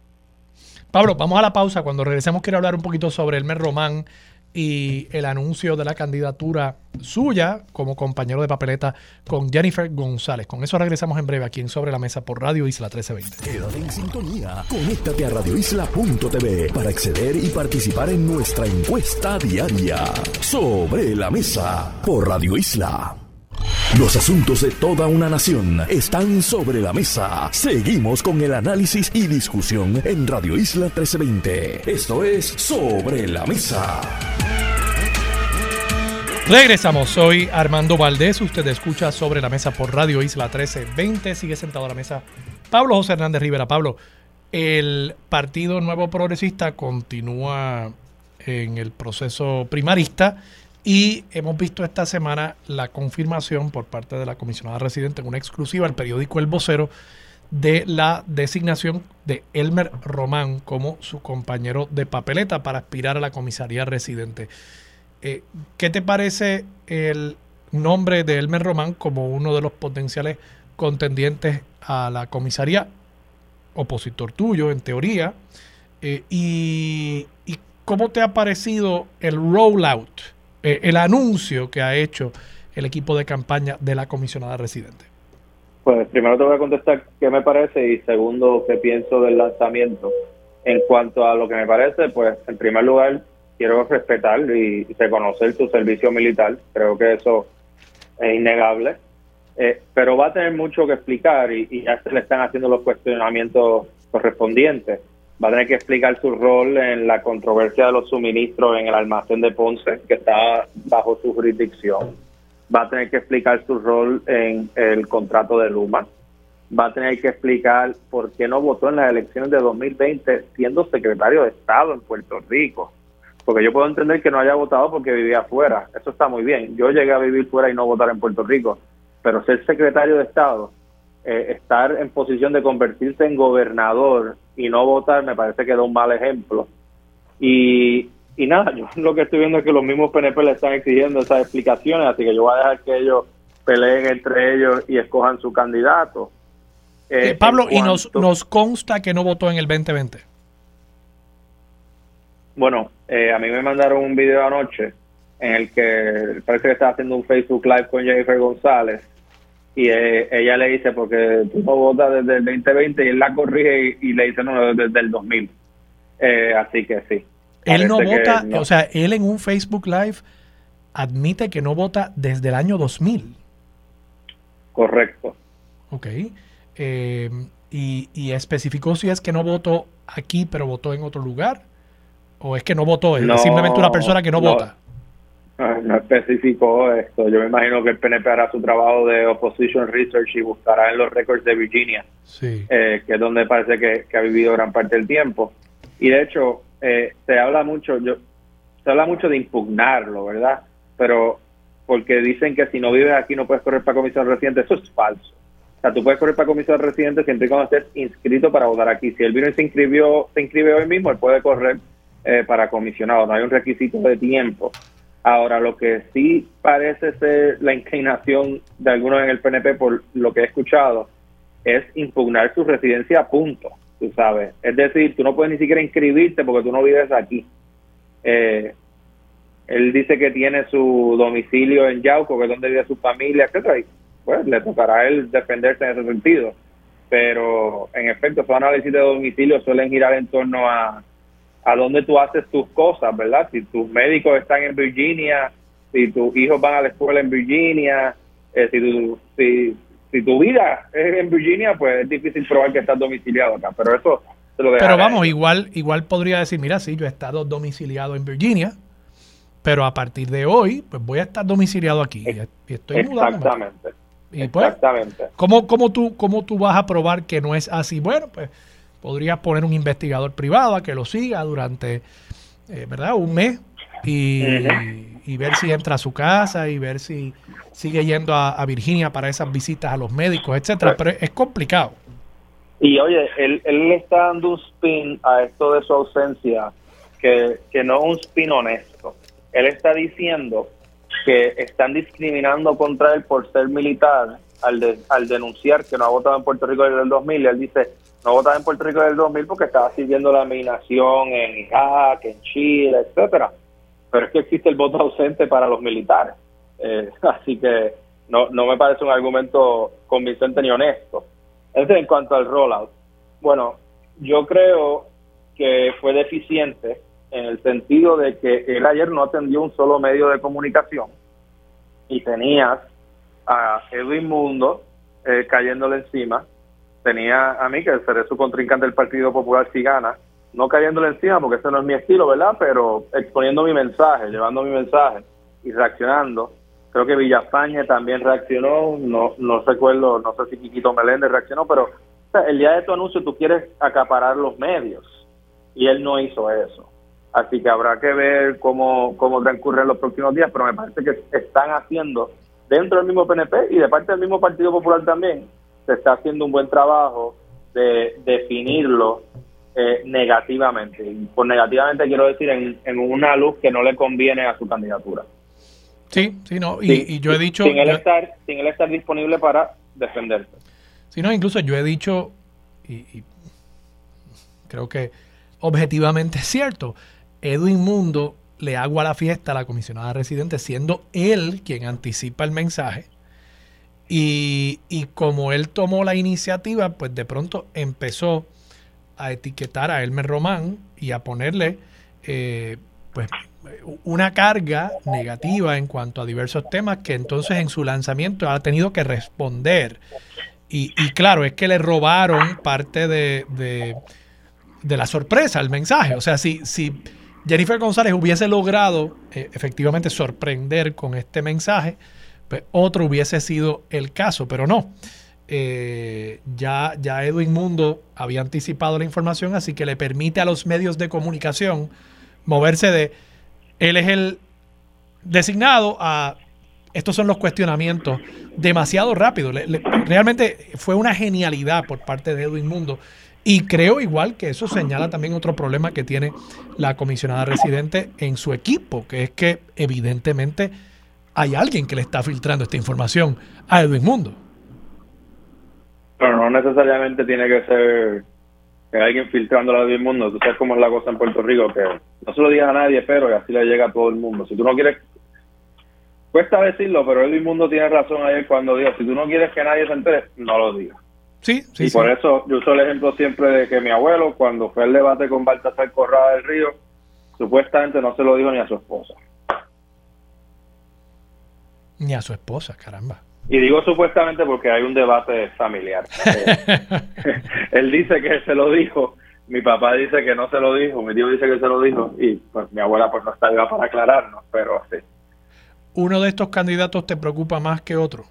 Pablo, vamos a la pausa. Cuando regresemos quiero hablar un poquito sobre Elmer Román y el anuncio de la candidatura suya como compañero de papeleta con Jennifer González. Con eso regresamos en breve aquí en Sobre la Mesa por Radio Isla trece veinte.
Quédate en sintonía. Conéctate a radio isla punto t v para acceder y participar en nuestra encuesta diaria. Sobre la Mesa por Radio Isla. Los asuntos de toda una nación están sobre la mesa. Seguimos con el análisis y discusión en Radio Isla trece veinte. Esto es Sobre la Mesa.
Regresamos, soy Armando Valdés, usted escucha Sobre la Mesa por Radio Isla trece veinte, sigue sentado a la mesa Pablo José Hernández Rivera. Pablo, el Partido Nuevo Progresista continúa en el proceso primarista y hemos visto esta semana la confirmación por parte de la comisionada residente en una exclusiva al periódico El Vocero de la designación de Elmer Román como su compañero de papeleta para aspirar a la comisaría residente. Eh, ¿Qué te parece el nombre de Elmer Román como uno de los potenciales contendientes a la comisaría? Opositor tuyo, en teoría. Eh, y, ¿Y cómo te ha parecido el rollout, eh, el anuncio que ha hecho el equipo de campaña de la comisionada residente?
Pues primero te voy a contestar qué me parece y segundo qué pienso del lanzamiento. En cuanto a lo que me parece, pues en primer lugar quiero respetar y reconocer tu servicio militar. Creo que eso es innegable. Eh, pero va a tener mucho que explicar y, y ya se le están haciendo los cuestionamientos correspondientes. Va a tener que explicar su rol en la controversia de los suministros en el almacén de Ponce, que está bajo su jurisdicción. Va a tener que explicar su rol en el contrato de Luma. Va a tener que explicar por qué no votó en las elecciones de dos mil veinte siendo secretario de Estado en Puerto Rico. Porque yo puedo entender que no haya votado porque vivía afuera. Eso está muy bien. Yo llegué a vivir fuera y no votar en Puerto Rico. Pero ser secretario de Estado, eh, estar en posición de convertirse en gobernador y no votar, me parece que da un mal ejemplo. Y, y nada, yo lo que estoy viendo es que los mismos P N P le están exigiendo esas explicaciones, así que yo voy a dejar que ellos peleen entre ellos y escojan su candidato.
Eh, eh, Pablo, cuanto, y nos, nos consta que no votó en el veinte veinte.
Bueno, eh, a mí me mandaron un video anoche en el que parece que estaba haciendo un Facebook Live con Jennifer González y eh, ella le dice, porque tú no votas desde el veinte veinte, y él la corrige y, y le dice, no, desde el dos mil. Eh, así que sí.
Él no vota, no. O sea, él en un Facebook Live admite que no vota desde el año dos mil.
Correcto.
Ok. Eh, y, y especificó si es que no votó aquí, pero votó en otro lugar. ¿O es que no votó? ¿Es no, simplemente una persona que no, no vota?
No, no especificó esto. Yo me imagino que el P N P hará su trabajo de opposition research y buscará en los récords de Virginia,
sí.
eh, que es donde parece que, que ha vivido gran parte del tiempo. Y de hecho, eh, se habla mucho, yo, se habla mucho de impugnarlo, ¿verdad? Pero porque dicen que si no vives aquí no puedes correr para comisión residente. Eso es falso. O sea, tú puedes correr para comisión residente siempre y cuando estés inscrito para votar aquí. Si él vino y se inscribió, se inscribe hoy mismo, él puede correr eh, para comisionado. No hay un requisito de tiempo. Ahora, lo que sí parece ser la inclinación de algunos en el P N P, por lo que he escuchado, es impugnar su residencia a punto, tú sabes. Es decir, tú no puedes ni siquiera inscribirte porque tú no vives aquí. Eh, él dice que tiene su domicilio en Yauco, que es donde vive su familia, etcétera, y pues le tocará a él defenderse en ese sentido. Pero, en efecto, esos análisis de domicilio suelen girar en torno a a dónde tú haces tus cosas, ¿verdad? Si tus médicos están en Virginia, si tus hijos van a la escuela en Virginia, eh, si, tu, si, si tu vida es en Virginia, pues es difícil probar que estás domiciliado acá, pero eso se lo dejaré.
Pero vamos, igual igual podría decir, mira, sí, yo he estado domiciliado en Virginia, pero a partir de hoy, pues voy a estar domiciliado aquí y estoy mudando.
Exactamente.
Y pues,
Exactamente.
¿cómo, cómo, tú, ¿Cómo tú vas a probar que no es así? Bueno, pues podrías poner un investigador privado a que lo siga durante, eh, ¿verdad? Un mes y, uh-huh. y ver si entra a su casa y ver si sigue yendo a, a Virginia para esas visitas a los médicos, etcétera. Pero es complicado.
Y oye, él, él le está dando un spin a esto de su ausencia que, que no es un spin honesto. Él está diciendo que están discriminando contra él por ser militar al, de, al denunciar que no ha votado en Puerto Rico desde el dos mil. Y él dice, no votaba en Puerto Rico del dos mil porque estaba sirviendo la migración en Irak, en Chile, etcétera. Pero es que existe el voto ausente para los militares. Eh, así que no, no me parece un argumento convincente ni honesto. Entonces, en cuanto al rollout, bueno, yo creo que fue deficiente en el sentido de que él ayer no atendió un solo medio de comunicación y tenías a Edwin Mundo eh, cayéndole encima, tenía a mí, que seré su contrincante del Partido Popular si gana, no cayéndole encima porque ese no es mi estilo, ¿verdad? Pero exponiendo mi mensaje, llevando mi mensaje y reaccionando. Creo que Villafañe también reaccionó, no no recuerdo, no sé si Quiquito Meléndez reaccionó, pero o sea, el día de tu anuncio tú quieres acaparar los medios y él no hizo eso. Así que habrá que ver cómo, cómo transcurren los próximos días, pero me parece que están haciendo, dentro del mismo P N P y de parte del mismo Partido Popular también, se está haciendo un buen trabajo de definirlo eh, negativamente. Y por negativamente quiero decir en, en una luz que no le conviene a su candidatura.
Sí, sí, no, y,
sí,
y yo he dicho...
Sin él,
yo,
estar, sin él estar disponible para defenderse.
Sí, no, incluso yo he dicho, y, y creo que objetivamente es cierto, Edwin Mundo le agua la fiesta a la comisionada residente, siendo él quien anticipa el mensaje. Y, y como él tomó la iniciativa, pues de pronto empezó a etiquetar a Elmer Román y a ponerle eh, pues una carga negativa en cuanto a diversos temas que entonces en su lanzamiento ha tenido que responder. Y, y claro, es que le robaron parte de, de, de la sorpresa, el mensaje. O sea, si, si Jennifer González hubiese logrado eh, efectivamente sorprender con este mensaje, pues otro hubiese sido el caso, pero no. Eh, ya, ya Edwin Mundo había anticipado la información, así que le permite a los medios de comunicación moverse de él es el designado a estos son los cuestionamientos demasiado rápido. Le, le, realmente fue una genialidad por parte de Edwin Mundo. Y creo igual que eso señala también otro problema que tiene la comisionada residente en su equipo, que es que evidentemente hay alguien que le está filtrando esta información a Edwin Mundo.
Pero no necesariamente tiene que ser que hay alguien filtrándola a Edwin Mundo. Tú sabes cómo es la cosa en Puerto Rico, que no se lo digas a nadie, pero y así le llega a todo el mundo. Si tú no quieres, cuesta decirlo, pero Edwin Mundo tiene razón ayer cuando dijo, si tú no quieres que nadie se entere, no lo digas.
Sí, sí,
y
sí.
por eso yo uso el ejemplo siempre de que mi abuelo, cuando fue al debate con Baltasar Corrada del Río, supuestamente no se lo dijo ni a su esposa.
Ni a su esposa, caramba.
Y digo supuestamente porque hay un debate familiar. Eh, él dice que se lo dijo, mi papá dice que no se lo dijo, mi tío dice que se lo dijo, y pues mi abuela pues no está viva para aclararnos, pero sí.
¿Uno de estos candidatos te preocupa más que otro?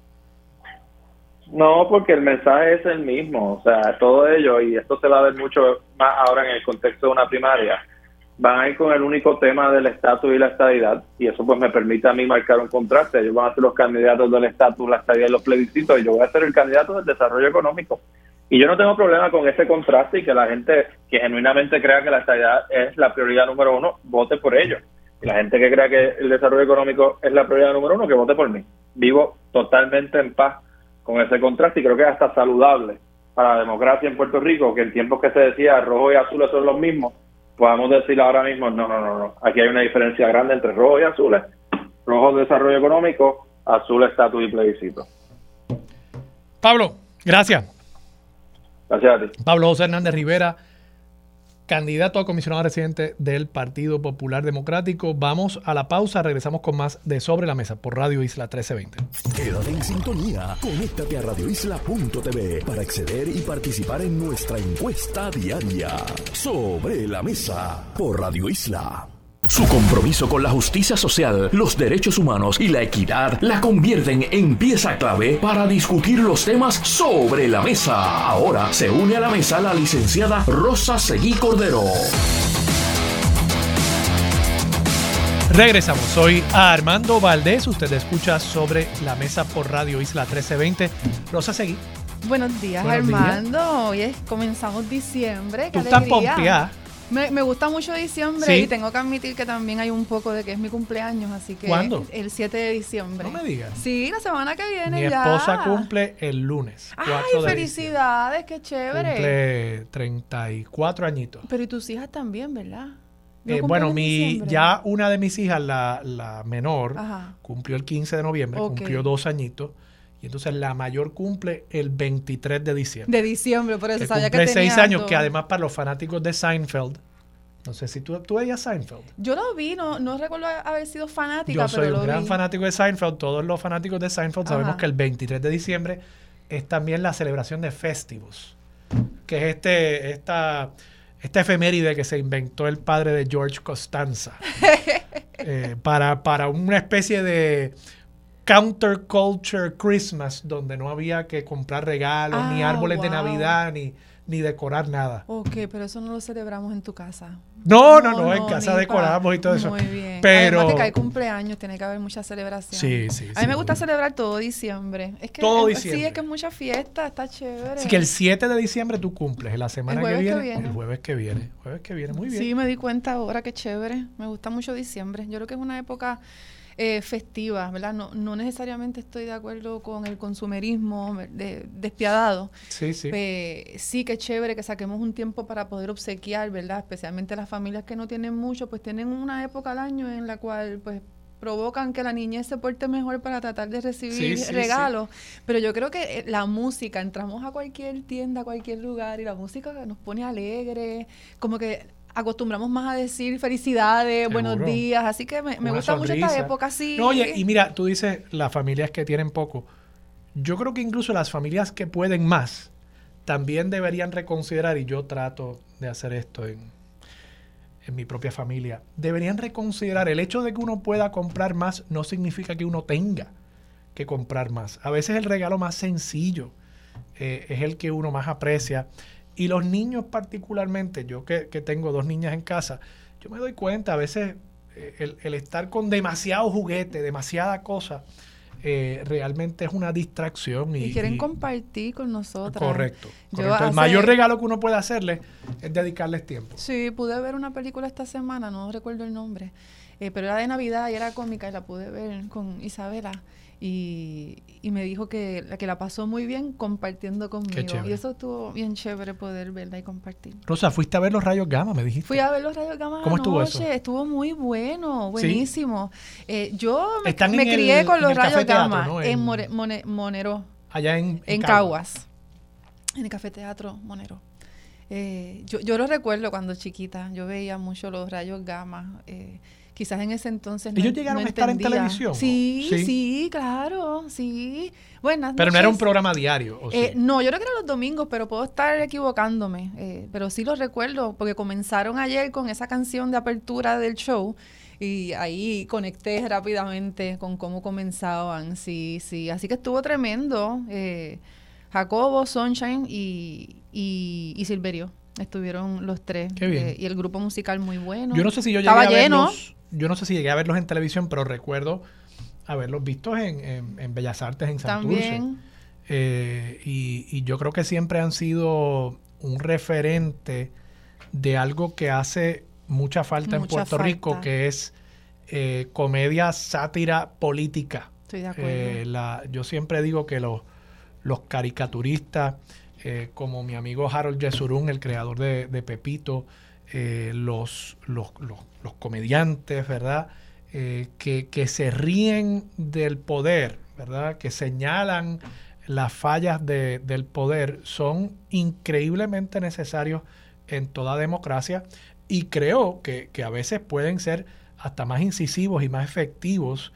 No, porque el mensaje es el mismo, o sea, todo ello, y esto se va a ver mucho más ahora en el contexto de una primaria, van a ir con el único tema del estatus y la estadidad, y eso pues me permite a mí marcar un contraste. Ellos van a ser los candidatos del estatus, la estadidad y los plebiscitos, y yo voy a ser el candidato del desarrollo económico. Y yo no tengo problema con ese contraste y que la gente que genuinamente crea que la estadidad es la prioridad número uno, vote por ello. Y la gente que crea que el desarrollo económico es la prioridad número uno, que vote por mí. Vivo totalmente en paz con ese contraste y creo que es hasta saludable para la democracia en Puerto Rico, que en tiempos que se decía rojo y azul son los mismos, podamos decir ahora mismo, no, no, no, no. Aquí hay una diferencia grande entre rojo y azules. Rojo desarrollo económico, azul estatus y plebiscito.
Pablo, gracias.
Gracias a ti.
Pablo José Hernández Rivera, candidato a comisionado residente del Partido Popular Democrático. Vamos a la pausa, regresamos con más de Sobre la Mesa por Radio Isla trece veinte.
Quédate en sintonía, conéctate a radio isla punto t v para acceder y participar en nuestra encuesta diaria. Sobre la Mesa por Radio Isla. Su compromiso con la justicia social, los derechos humanos y la equidad la convierten en pieza clave para discutir los temas sobre la mesa. Ahora se une a la mesa la licenciada Rosa Seguí Cordero.
Regresamos, soy Armando Valdés, usted escucha Sobre la Mesa por Radio Isla trece veinte. Rosa Seguí.
Buenos días,
Buenos
Armando. Días. Hoy es, comenzamos diciembre.
Tú estás pompeada.
Me, me gusta mucho diciembre, sí. Y tengo que admitir que también hay un poco de que es mi cumpleaños, así que
¿cuándo?
El siete de diciembre.
No me digas.
Sí, la semana que viene
mi
ya.
Mi esposa cumple el lunes.
Ay, felicidades, qué chévere.
Cumple treinta y cuatro añitos.
Pero y tus hijas también, ¿verdad? ¿No
eh, bueno, mi ya una de mis hijas, la, la menor, Ajá. cumplió el quince de noviembre, okay. Cumplió dos añitos. Y entonces la mayor cumple el veintitrés de diciembre.
De diciembre, por eso
que
sabía
cumple
que tenía
seis años,
dos.
Que además para los fanáticos de Seinfeld, No sé si tú, tú veías Seinfeld.
Yo lo vi, no, no recuerdo haber sido fanática,
Yo soy
pero
un
lo
gran
vi.
fanático de Seinfeld. Todos los fanáticos de Seinfeld sabemos
Ajá.
que el veintitrés de diciembre es también la celebración de Festivus, que es este esta, esta efeméride que se inventó el padre de George Costanza eh, para, para una especie de counterculture Christmas donde no había que comprar regalos,
Ah,
ni árboles de
wow.
Navidad, ni, ni decorar nada.
Ok, pero eso no lo celebramos en tu casa.
No, no, no, en casa
ni
decoramos
pa-
y todo eso.
Muy bien.
Pero
Además de que hay cumpleaños, tiene que haber mucha celebración.
Sí, sí,
A mí
sí.
me gusta celebrar todo diciembre. Es que
Todo
es-
diciembre.
Sí, es que es mucha fiesta, está chévere.
Así que el siete de diciembre tú cumples, la semana
El
que
jueves
viene,
que viene.
el jueves que viene, jueves que viene, muy bien.
Sí, me di cuenta ahora, qué chévere. Me gusta mucho diciembre. Yo creo que es una época eh, festiva, ¿verdad? No, no necesariamente estoy de acuerdo con el consumerismo de- despiadado.
Sí, sí.
Pues, sí, qué chévere que saquemos un tiempo para poder obsequiar, ¿verdad? Especialmente las familias que no tienen mucho, pues tienen una época al año en la cual, pues, provocan que la niñez se porte mejor para tratar de recibir
Sí, sí,
regalos. Pero yo creo que eh, la música, entramos a cualquier tienda, a cualquier lugar, y la música nos pone alegre, como que acostumbramos más a decir felicidades,
Seguro.
buenos días, así que me, me
Una
gusta mucho esta
sonrisa.
época, sí.
No, oye, y mira, tú dices las familias que tienen poco. Yo creo que incluso las familias que pueden más también deberían reconsiderar, y yo trato de hacer esto en, en mi propia familia, deberían reconsiderar el hecho de que uno pueda comprar más no significa que uno tenga que comprar más. A veces el regalo más sencillo eh, es el que uno más aprecia. Y los niños particularmente, yo que, que tengo dos niñas en casa, yo me doy cuenta a veces eh, el, el estar con demasiado juguete, demasiada cosa, eh, realmente es una distracción. Y,
Y quieren
y-
compartir con nosotras.
Correcto.
Yo
correcto. El
hace-
mayor regalo que uno puede hacerles es dedicarles tiempo.
Sí, pude ver una película esta semana, no recuerdo el nombre, eh, pero era de Navidad y era cómica y la pude ver con Isabela y, y me dijo que, la- que la pasó muy bien compartiendo conmigo.
chévere.
Y eso estuvo bien chévere poder verla y compartir.
Rosa, fuiste a ver los rayos gamma, me dijiste.
Fui a ver los Rayos Gamma
¿Cómo estuvo
anoche,
eso?
estuvo muy bueno, buenísimo. Eh, yo me,
Están
me
en el-
crié con
en
los
el Café
Rayos
Teatro,
Gamma
¿no?
en,
En-
More- Mone- Monero.
Allá en,
En Caguas, en el Café Teatro Monero. Eh, yo, yo lo recuerdo cuando chiquita, yo veía mucho los Rayos Gamma. Eh, quizás en ese entonces no,
¿Ellos llegaron
no
a estar en
entendía.
televisión?
Sí,
Sí.
sí, claro, sí. Buenas
Pero no era un
noches.
programa diario, ¿o sí?
Eh, no, yo creo que eran los domingos, pero puedo estar equivocándome. Eh, pero sí los recuerdo, porque comenzaron ayer con esa canción de apertura del show y ahí conecté rápidamente con cómo comenzaban. Sí, sí. Así que estuvo tremendo. Eh, Jacobo, Sunshine y, y, y Silverio. Estuvieron los tres.
Qué bien.
Eh, y el grupo musical muy bueno.
Yo no sé si yo llegué
Estaba
a
lleno.
verlos. Yo no sé si llegué a verlos en televisión, pero recuerdo haberlos visto en, en, en Bellas Artes en Santurce.
También.
Eh, y, y yo creo que siempre han sido un referente de algo que hace mucha falta en
Mucha
Puerto
falta.
Rico, que es eh, comedia, sátira política.
Estoy de acuerdo.
Eh, la, yo siempre digo que los, los caricaturistas, eh, como mi amigo Harold Yesurún, el creador de, de Pepito, eh, los, los, los, los comediantes, ¿verdad? Eh, que, que se ríen del poder, ¿verdad? Que señalan las fallas de, del poder, son increíblemente necesarios en toda democracia y creo que, que a veces pueden ser hasta más incisivos y más efectivos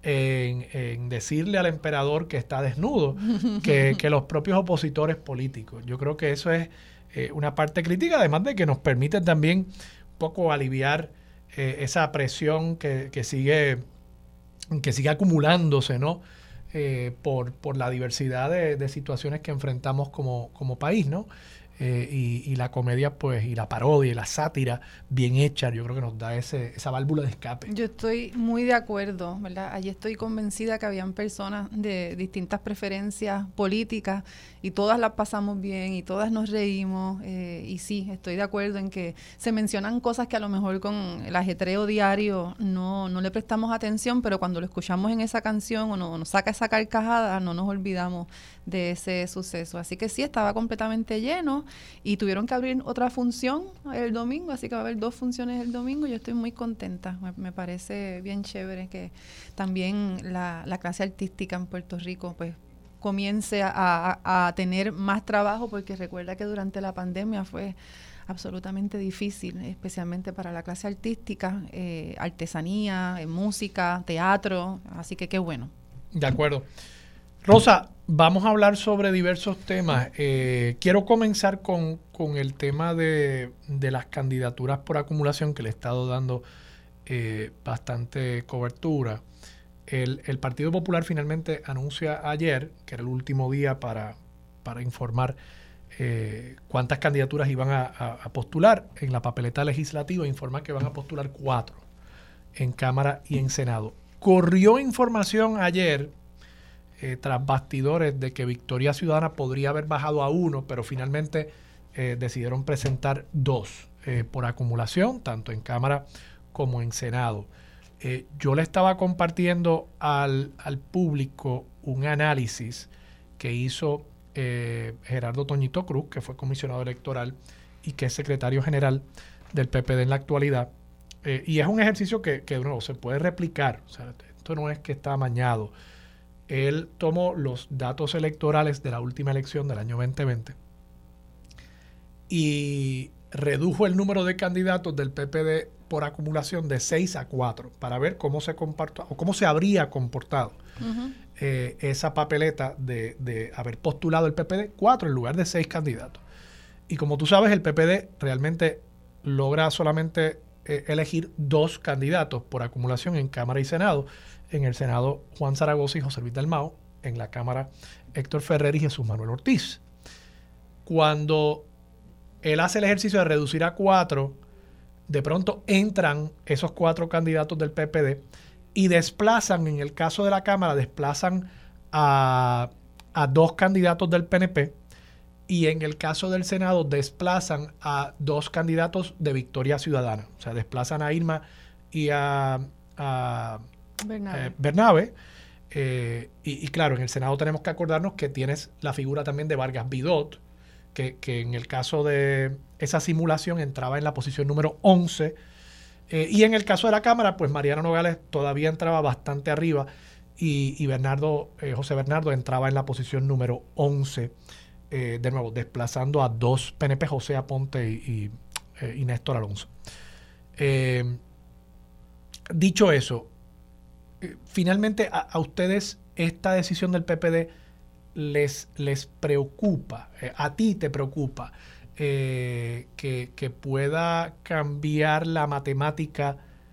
en, en decirle al emperador que está desnudo que, que los propios opositores políticos. Yo creo que eso es eh, una parte crítica, además de que nos permite también un poco aliviar eh, esa presión que, que sigue que sigue acumulándose, ¿no? Eh, por, por la diversidad de, de situaciones que enfrentamos como, como país, ¿no? Eh, y, y la comedia, pues, y la parodia y la sátira bien hecha, yo creo que nos da ese, esa válvula de escape.
Yo estoy muy de acuerdo, ¿verdad? Allí estoy convencida que habían personas de distintas preferencias políticas y todas las pasamos bien y todas nos reímos. Eh, y sí, estoy de acuerdo en que se mencionan cosas que a lo mejor con el ajetreo diario no, no le prestamos atención, pero cuando lo escuchamos en esa canción o no, nos saca esa carcajada, no nos olvidamos de ese suceso. Así que sí, estaba completamente lleno y tuvieron que abrir otra función el domingo, así que va a haber dos funciones el domingo. Yo estoy muy contenta, me, me parece bien chévere que también la, la clase artística en Puerto Rico pues comience a, a, a tener más trabajo, porque recuerda que durante la pandemia fue absolutamente difícil, especialmente para la clase artística, eh, artesanía, eh, música, teatro, así que qué bueno.
De acuerdo. Rosa, vamos a hablar sobre diversos temas. Eh, quiero comenzar con, con el tema de, de las candidaturas por acumulación, que le he estado dando eh, bastante cobertura. El, el Partido Popular finalmente anuncia ayer, que era el último día para, para informar eh, cuántas candidaturas iban a, a, a postular en la papeleta legislativa, informa que van a postular cuatro en Cámara y en Senado. Corrió información ayer, eh, tras bastidores, de que Victoria Ciudadana podría haber bajado a uno, pero finalmente eh, decidieron presentar dos eh, por acumulación, tanto en Cámara como en Senado. Eh, yo le estaba compartiendo al, al público un análisis que hizo eh, Gerardo Toñito Cruz, que fue comisionado electoral y que es secretario general del P P D en la actualidad. Eh, y es un ejercicio que, que de nuevo, se puede replicar. O sea, esto no es que está amañado. Él tomó los datos electorales de la última elección del año veinte veinte y redujo el número de candidatos del P P D por acumulación de seis a cuatro para ver cómo se comportó o cómo se habría comportado uh-huh. eh, esa papeleta de, de haber postulado el P P D cuatro en lugar de seis candidatos. Y como tú sabes, el P P D realmente logra solamente eh, elegir dos candidatos por acumulación en Cámara y Senado. En el Senado, Juan Zaragoza y José Luis Dalmau. En la Cámara, Héctor Ferrer y Jesús Manuel Ortiz. Cuando él hace el ejercicio de reducir a cuatro, de pronto entran esos cuatro candidatos del P P D y desplazan, en el caso de la Cámara, desplazan a, a dos candidatos del P N P, y en el caso del Senado desplazan a dos candidatos de Victoria Ciudadana. O sea, desplazan a Irma y a, a Bernabe. Eh, Bernabe eh, y, y claro, en el Senado tenemos que acordarnos que tienes la figura también de Vargas Vidot, que, que en el caso de esa simulación entraba en la posición número once. Eh, y en el caso de la Cámara, pues Mariano Nogales todavía entraba bastante arriba y, y Bernardo, eh, José Bernardo entraba en la posición número once. Eh, de nuevo, desplazando a dos P N P, José Aponte y, y, eh, y Néstor Alonso. Eh, dicho eso, eh, finalmente a, a ustedes esta decisión del P P D les, les preocupa, eh, a ti te preocupa eh, que, que pueda cambiar la matemática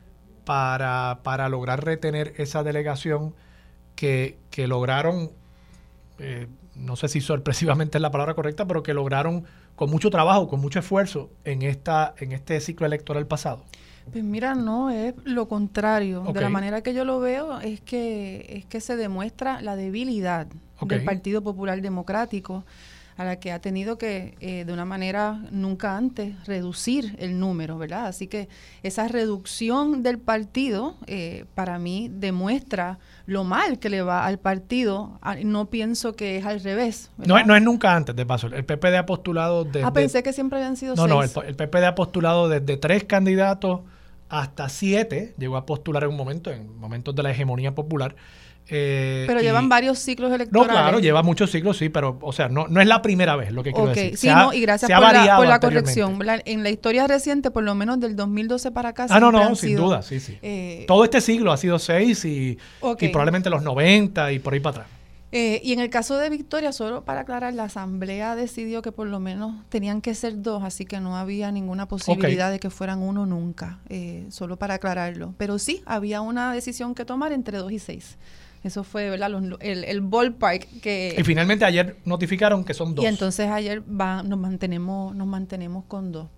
para, para lograr retener esa delegación que, que lograron, eh, no sé si sorpresivamente es la palabra correcta, pero que lograron con mucho trabajo, con mucho esfuerzo en esta en este ciclo electoral pasado.
Pues mira, no, es lo contrario.
Okay.
De la manera que yo lo veo es que es que se demuestra la debilidad okay. del Partido Popular Democrático, a la que ha tenido que, eh, de una manera nunca antes, reducir el número, ¿verdad? Así que esa reducción del partido, eh, para mí, demuestra lo mal que le va al partido. No pienso que es al revés, ¿verdad?
No, no es nunca antes, de paso. El P P D ha postulado desde...
Ah, pensé que siempre habían sido
no,
seis.
No, no, el, el P P D ha postulado desde tres candidatos hasta siete. Llegó a postular en un momento, en momentos de la hegemonía popular. Eh,
pero
y,
llevan varios ciclos electorales.
No, claro, lleva muchos ciclos, sí, pero, o sea, no, no es la primera vez lo que quiero
okay.
decir.
Sí,
se
no,
ha,
y gracias
por
la, por la corrección. La, en la historia reciente, por lo menos del dos mil doce para acá,
ah, no, no, sin
sido,
duda, sí, sí.
Eh,
Todo este siglo ha sido seis y, okay. y probablemente los noventa y por ahí para atrás.
Eh, y en el caso de Victoria, solo para aclarar, la Asamblea decidió que por lo menos tenían que ser dos, así que no había ninguna posibilidad okay. de que fueran uno nunca, eh, solo para aclararlo. Pero sí, había una decisión que tomar entre dos y seis. Eso fue, ¿verdad? Los, el, el ballpark que...
Y finalmente ayer notificaron que son dos.
Y entonces ayer va, nos mantenemos nos mantenemos con dos.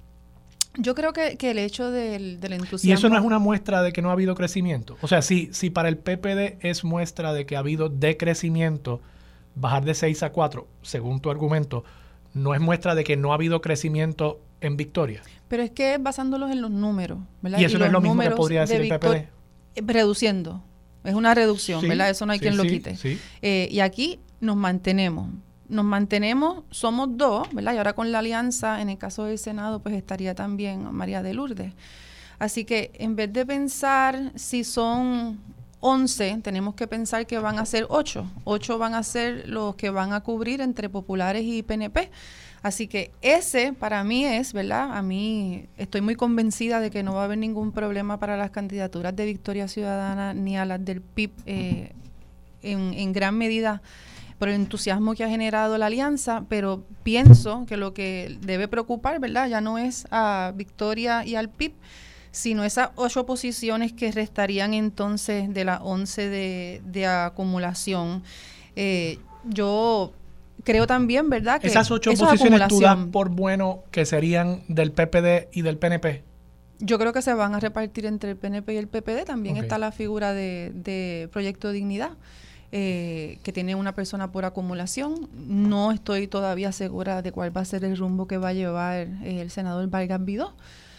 Yo creo que, que el hecho del, del entusiasmo...
¿Y eso no es una muestra de que no ha habido crecimiento? O sea, si, si para el P P D es muestra de que ha habido decrecimiento, bajar de seis a cuatro, según tu argumento, ¿no es muestra de que no ha habido crecimiento en Victoria?
Pero es que basándolos en los números, ¿verdad?
¿Y eso
y
no es lo mismo que
números
podría decir
de
el P P D?
Victor- reduciendo. Es una reducción,
Sí,
¿verdad? Eso no hay
sí,
quien lo
sí,
quite.
sí.
Eh, y aquí nos mantenemos. Nos mantenemos, somos dos, ¿verdad? Y ahora con la alianza, en el caso del Senado, pues estaría también María de Lourdes. Así que en vez de pensar si son once, tenemos que pensar que van a ser ocho. Ocho van a ser los que van a cubrir entre populares y P N P. Así que ese para mí es, ¿verdad? A mí estoy muy convencida de que no va a haber ningún problema para las candidaturas de Victoria Ciudadana ni a las del P I B, eh, en, en gran medida por el entusiasmo que ha generado la alianza, pero pienso que lo que debe preocupar, ¿verdad? Ya no es a Victoria y al P I B, sino esas ocho posiciones que restarían entonces de las once de, de acumulación. Eh, yo creo también, ¿verdad? Que
esas ocho posiciones tú das por bueno que serían del P P D y del P N P.
Yo creo que se van a repartir entre el P N P y el P P D. También
okay.
está la figura de, de Proyecto Dignidad, eh, que tiene una persona por acumulación. No estoy todavía segura de cuál va a ser el rumbo que va a llevar eh, el senador Vargas Vidó.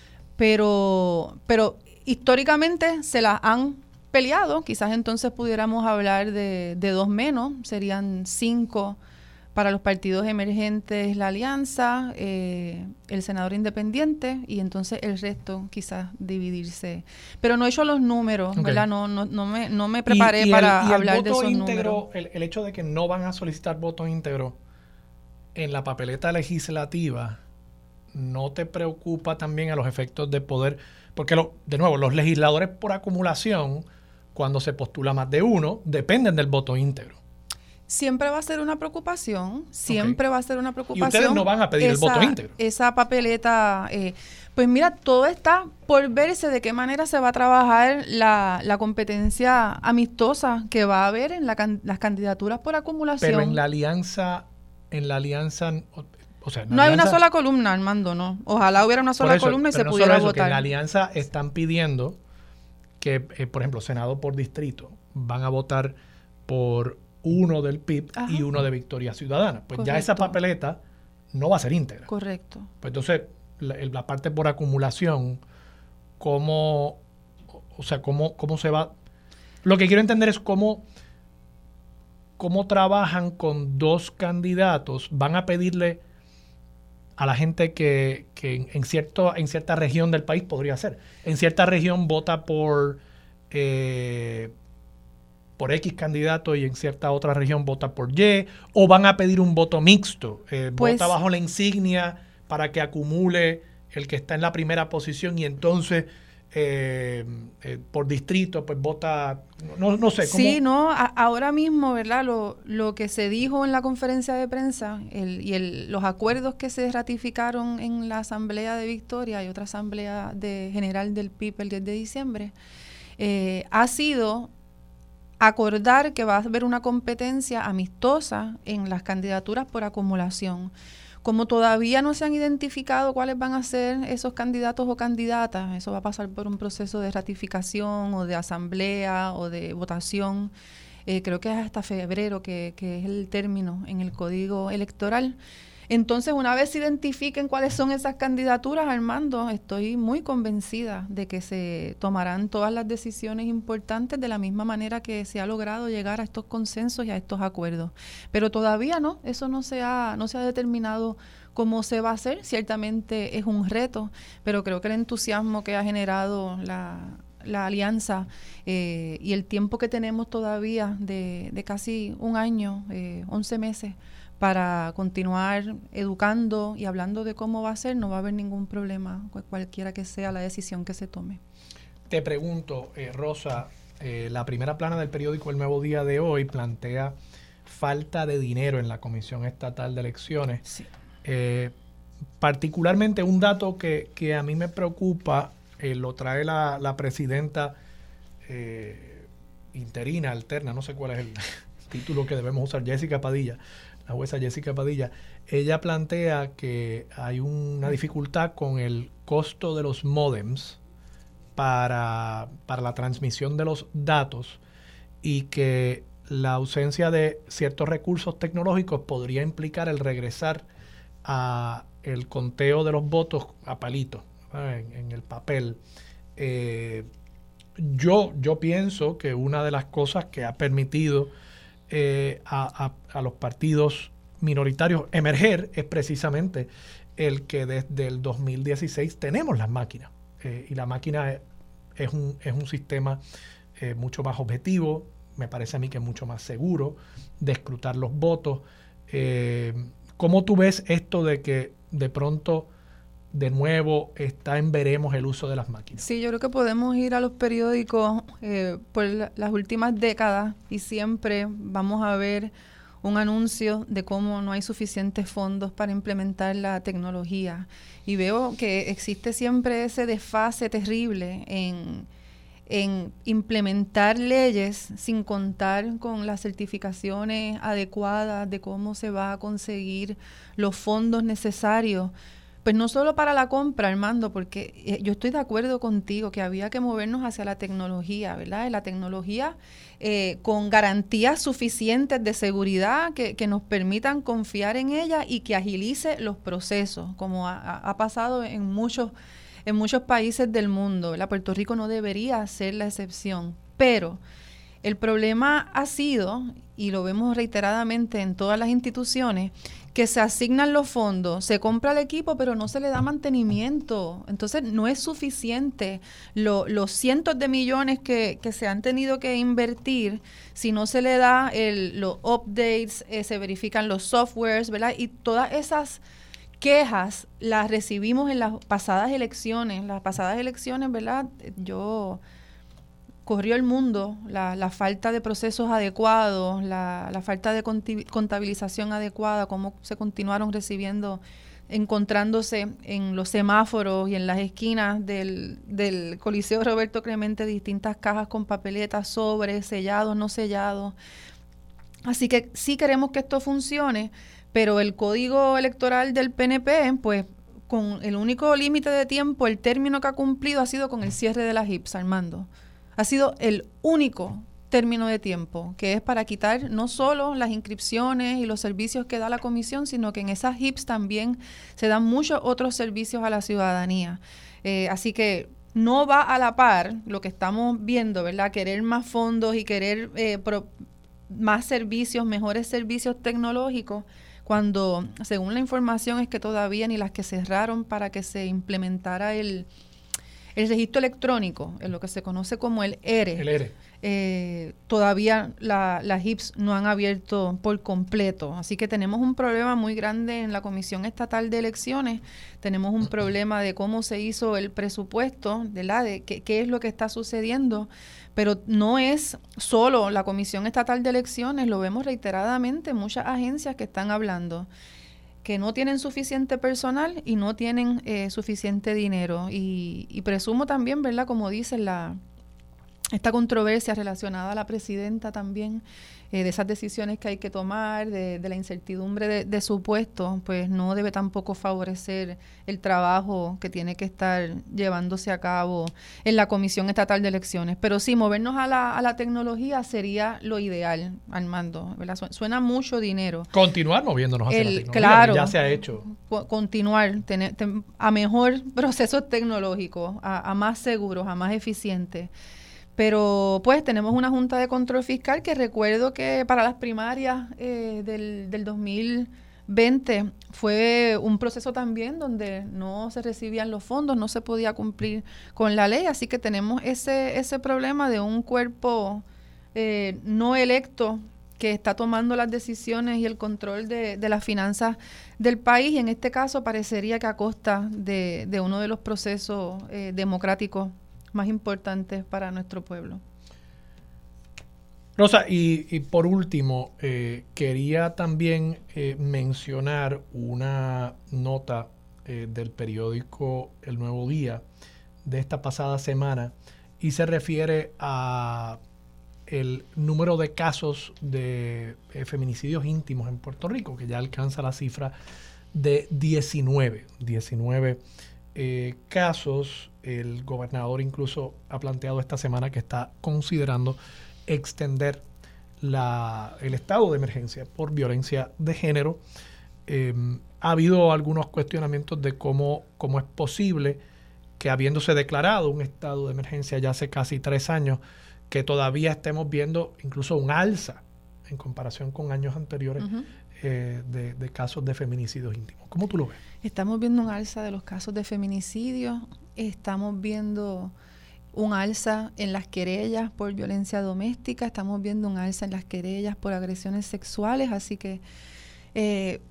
Pero, pero históricamente se las han peleado. Quizás entonces pudiéramos hablar de, de dos menos. Serían cinco para los partidos emergentes, la alianza, eh, el senador independiente, y entonces el resto quizás dividirse. Pero no he hecho los números, okay. ¿verdad? No, no, no, me, no me preparé
y, y
para
el, y
hablar
el
de esos
íntegro,
números.
El, el hecho de que no van a solicitar voto íntegro en la papeleta legislativa, ¿no te preocupa también a los efectos de poder? Porque, lo, de nuevo, los legisladores por acumulación, cuando se postula más de uno, dependen del voto íntegro.
Siempre va a ser una preocupación, siempre okay. va a ser una preocupación.
Y ustedes no van a pedir esa, el voto íntegro.
Esa papeleta, eh, pues mira, todo está por verse de qué manera se va a trabajar la, la competencia amistosa que va a haber en la, las candidaturas por acumulación.
Pero en la alianza, en la alianza... O sea,
no hay alianza, una sola columna, Armando, no. Ojalá hubiera una sola
eso,
columna y se
no
pudiera
eso,
votar.
Que en la alianza están pidiendo que, eh, por ejemplo, Senado por distrito van a votar por uno del P I B Ajá. y uno de Victoria Ciudadana. Pues Correcto. Ya esa papeleta no va a ser íntegra.
Correcto.
Pues entonces, la, la parte por acumulación, ¿cómo, o sea, cómo, cómo se va? Lo que quiero entender es cómo, cómo trabajan con dos candidatos. Van a pedirle a la gente que, que en, en, cierto, en cierta región del país podría ser. En cierta región vota por, eh, por X candidato y en cierta otra región vota por Y, o van a pedir un voto mixto, eh, pues, vota bajo la insignia para que acumule el que está en la primera posición y entonces eh, eh, por distrito pues vota, no, no sé. ¿cómo?
Sí, no, a, ahora mismo, ¿verdad? Lo, lo que se dijo en la conferencia de prensa el, y el, los acuerdos que se ratificaron en la Asamblea de Victoria y otra Asamblea de General del P I B el diez de diciembre, eh, ha sido acordar que va a haber una competencia amistosa en las candidaturas por acumulación. Como todavía no se han identificado cuáles van a ser esos candidatos o candidatas, eso va a pasar por un proceso de ratificación o de asamblea o de votación. Eh, creo que es hasta febrero, que, que es el término en el código electoral. Entonces, una vez se identifiquen cuáles son esas candidaturas, Armando, estoy muy convencida de que se tomarán todas las decisiones importantes de la misma manera que se ha logrado llegar a estos consensos y a estos acuerdos. Pero todavía no, eso no se ha, no se ha determinado cómo se va a hacer. Ciertamente es un reto, pero creo que el entusiasmo que ha generado la, la alianza eh, y el tiempo que tenemos todavía de, de casi un año, eh, once meses, para continuar educando y hablando de cómo va a ser, no va a haber ningún problema, cualquiera que sea la decisión que se tome.
Te pregunto, eh, Rosa, eh, la primera plana del periódico El Nuevo Día de hoy plantea falta de dinero en la Comisión Estatal de Elecciones.
Sí.
Eh, particularmente un dato que, que a mí me preocupa, eh, lo trae la, la presidenta eh, interina, alterna, no sé cuál es el título que debemos usar, Jessica Padilla, la jueza Jessica Padilla. Ella plantea que hay una dificultad con el costo de los módems para, para la transmisión de los datos y que la ausencia de ciertos recursos tecnológicos podría implicar el regresar a el conteo de los votos a palito, en, en el papel. Eh, yo, yo pienso que una de las cosas que ha permitido Eh, a, a, a los partidos minoritarios emerger es precisamente el que desde el dos mil dieciséis tenemos las máquinas eh, y la máquina es, es, un, es un sistema eh, mucho más objetivo, me parece a mí que es mucho más seguro de escrutar los votos, eh, ¿Cómo tú ves esto de que de pronto de nuevo está en veremos el uso de las máquinas?
Sí, yo creo que podemos ir a los periódicos eh, por la, las últimas décadas y siempre vamos a ver un anuncio de cómo no hay suficientes fondos para implementar la tecnología. Y veo que existe siempre ese desfase terrible en, en implementar leyes sin contar con las certificaciones adecuadas de cómo se va a conseguir los fondos necesarios. Pues no solo para la compra, Armando, porque eh, yo estoy de acuerdo contigo que había que movernos hacia la tecnología, ¿verdad? Y la tecnología eh, con garantías suficientes de seguridad que, que nos permitan confiar en ella y que agilice los procesos, como ha, ha pasado en muchos, en muchos países del mundo, ¿verdad? Puerto Rico no debería ser la excepción, pero el problema ha sido, y lo vemos reiteradamente en todas las instituciones, que se asignan los fondos, se compra el equipo, pero no se le da mantenimiento. Entonces, no es suficiente lo, los cientos de millones que, que se han tenido que invertir si no se le da el, los updates, eh, se verifican los softwares, ¿verdad? Y todas esas quejas las recibimos en las pasadas elecciones. Las pasadas elecciones, ¿verdad? Yo... corrió el mundo la, la falta de procesos adecuados, la, la falta de contabilización adecuada, cómo se continuaron recibiendo, encontrándose en los semáforos y en las esquinas del, del Coliseo Roberto Clemente distintas cajas con papeletas, sobres, sellados, no sellados. Así que sí queremos que esto funcione, pero el código electoral del P N P, pues con el único límite de tiempo, el término que ha cumplido ha sido con el cierre de las H I P S, Armando. Ha sido el único término de tiempo, que es para quitar no solo las inscripciones y los servicios que da la comisión, sino que en esas H I P S también se dan muchos otros servicios a la ciudadanía. Eh, así que no va a la par lo que estamos viendo, ¿verdad? Querer más fondos y querer eh, pro, más servicios, mejores servicios tecnológicos, cuando según la información es que todavía ni las que cerraron para que se implementara el... El registro electrónico, en lo que se conoce como el E R E,
el E R E.
Eh, todavía la, las H I P S no han abierto por completo. Así que tenemos un problema muy grande en la Comisión Estatal de Elecciones. Tenemos un problema de cómo se hizo el presupuesto, de, la, de qué, qué es lo que está sucediendo. Pero no es solo la Comisión Estatal de Elecciones, lo vemos reiteradamente en muchas agencias que están hablando que no tienen suficiente personal y no tienen eh, suficiente dinero. Y, y presumo también, ¿verdad? Como dice la esta controversia relacionada a la presidenta también, eh, de esas decisiones que hay que tomar, de, de la incertidumbre de, de su puesto, pues no debe tampoco favorecer el trabajo que tiene que estar llevándose a cabo en la Comisión Estatal de Elecciones. Pero sí, movernos a la, a la tecnología sería lo ideal, Armando, ¿verdad? Suena mucho dinero.
Continuar moviéndonos hacia el, la tecnología,
claro,
ya se ha hecho.
Continuar, tener, ten, a mejor procesos tecnológicos, a, a más seguros, a más eficientes. Pero pues tenemos una Junta de Control Fiscal que recuerdo que para las primarias eh, del, del dos mil veinte fue un proceso también donde no se recibían los fondos, no se podía cumplir con la ley, así que tenemos ese, ese problema de un cuerpo eh, no electo que está tomando las decisiones y el control de, de las finanzas del país, y en este caso parecería que a costa de, de uno de los procesos eh, democráticos más importantes para nuestro pueblo.
Rosa, y, y por último, eh, quería también eh, mencionar una nota eh, del periódico El Nuevo Día de esta pasada semana, y se refiere a el número de casos de eh, feminicidios íntimos en Puerto Rico, que ya alcanza la cifra de diecinueve. diecinueve eh, casos. El gobernador incluso ha planteado esta semana que está considerando extender la, el estado de emergencia por violencia de género. Eh, ha habido algunos cuestionamientos de cómo, cómo es posible que, habiéndose declarado un estado de emergencia ya hace casi tres años, que todavía estemos viendo incluso un alza en comparación con años anteriores uh-huh. eh, de, de casos de feminicidios íntimos. ¿Cómo tú lo ves?
Estamos viendo un alza de los casos de feminicidio, estamos viendo un alza en las querellas por violencia doméstica, estamos viendo un alza en las querellas por agresiones sexuales, así que eh,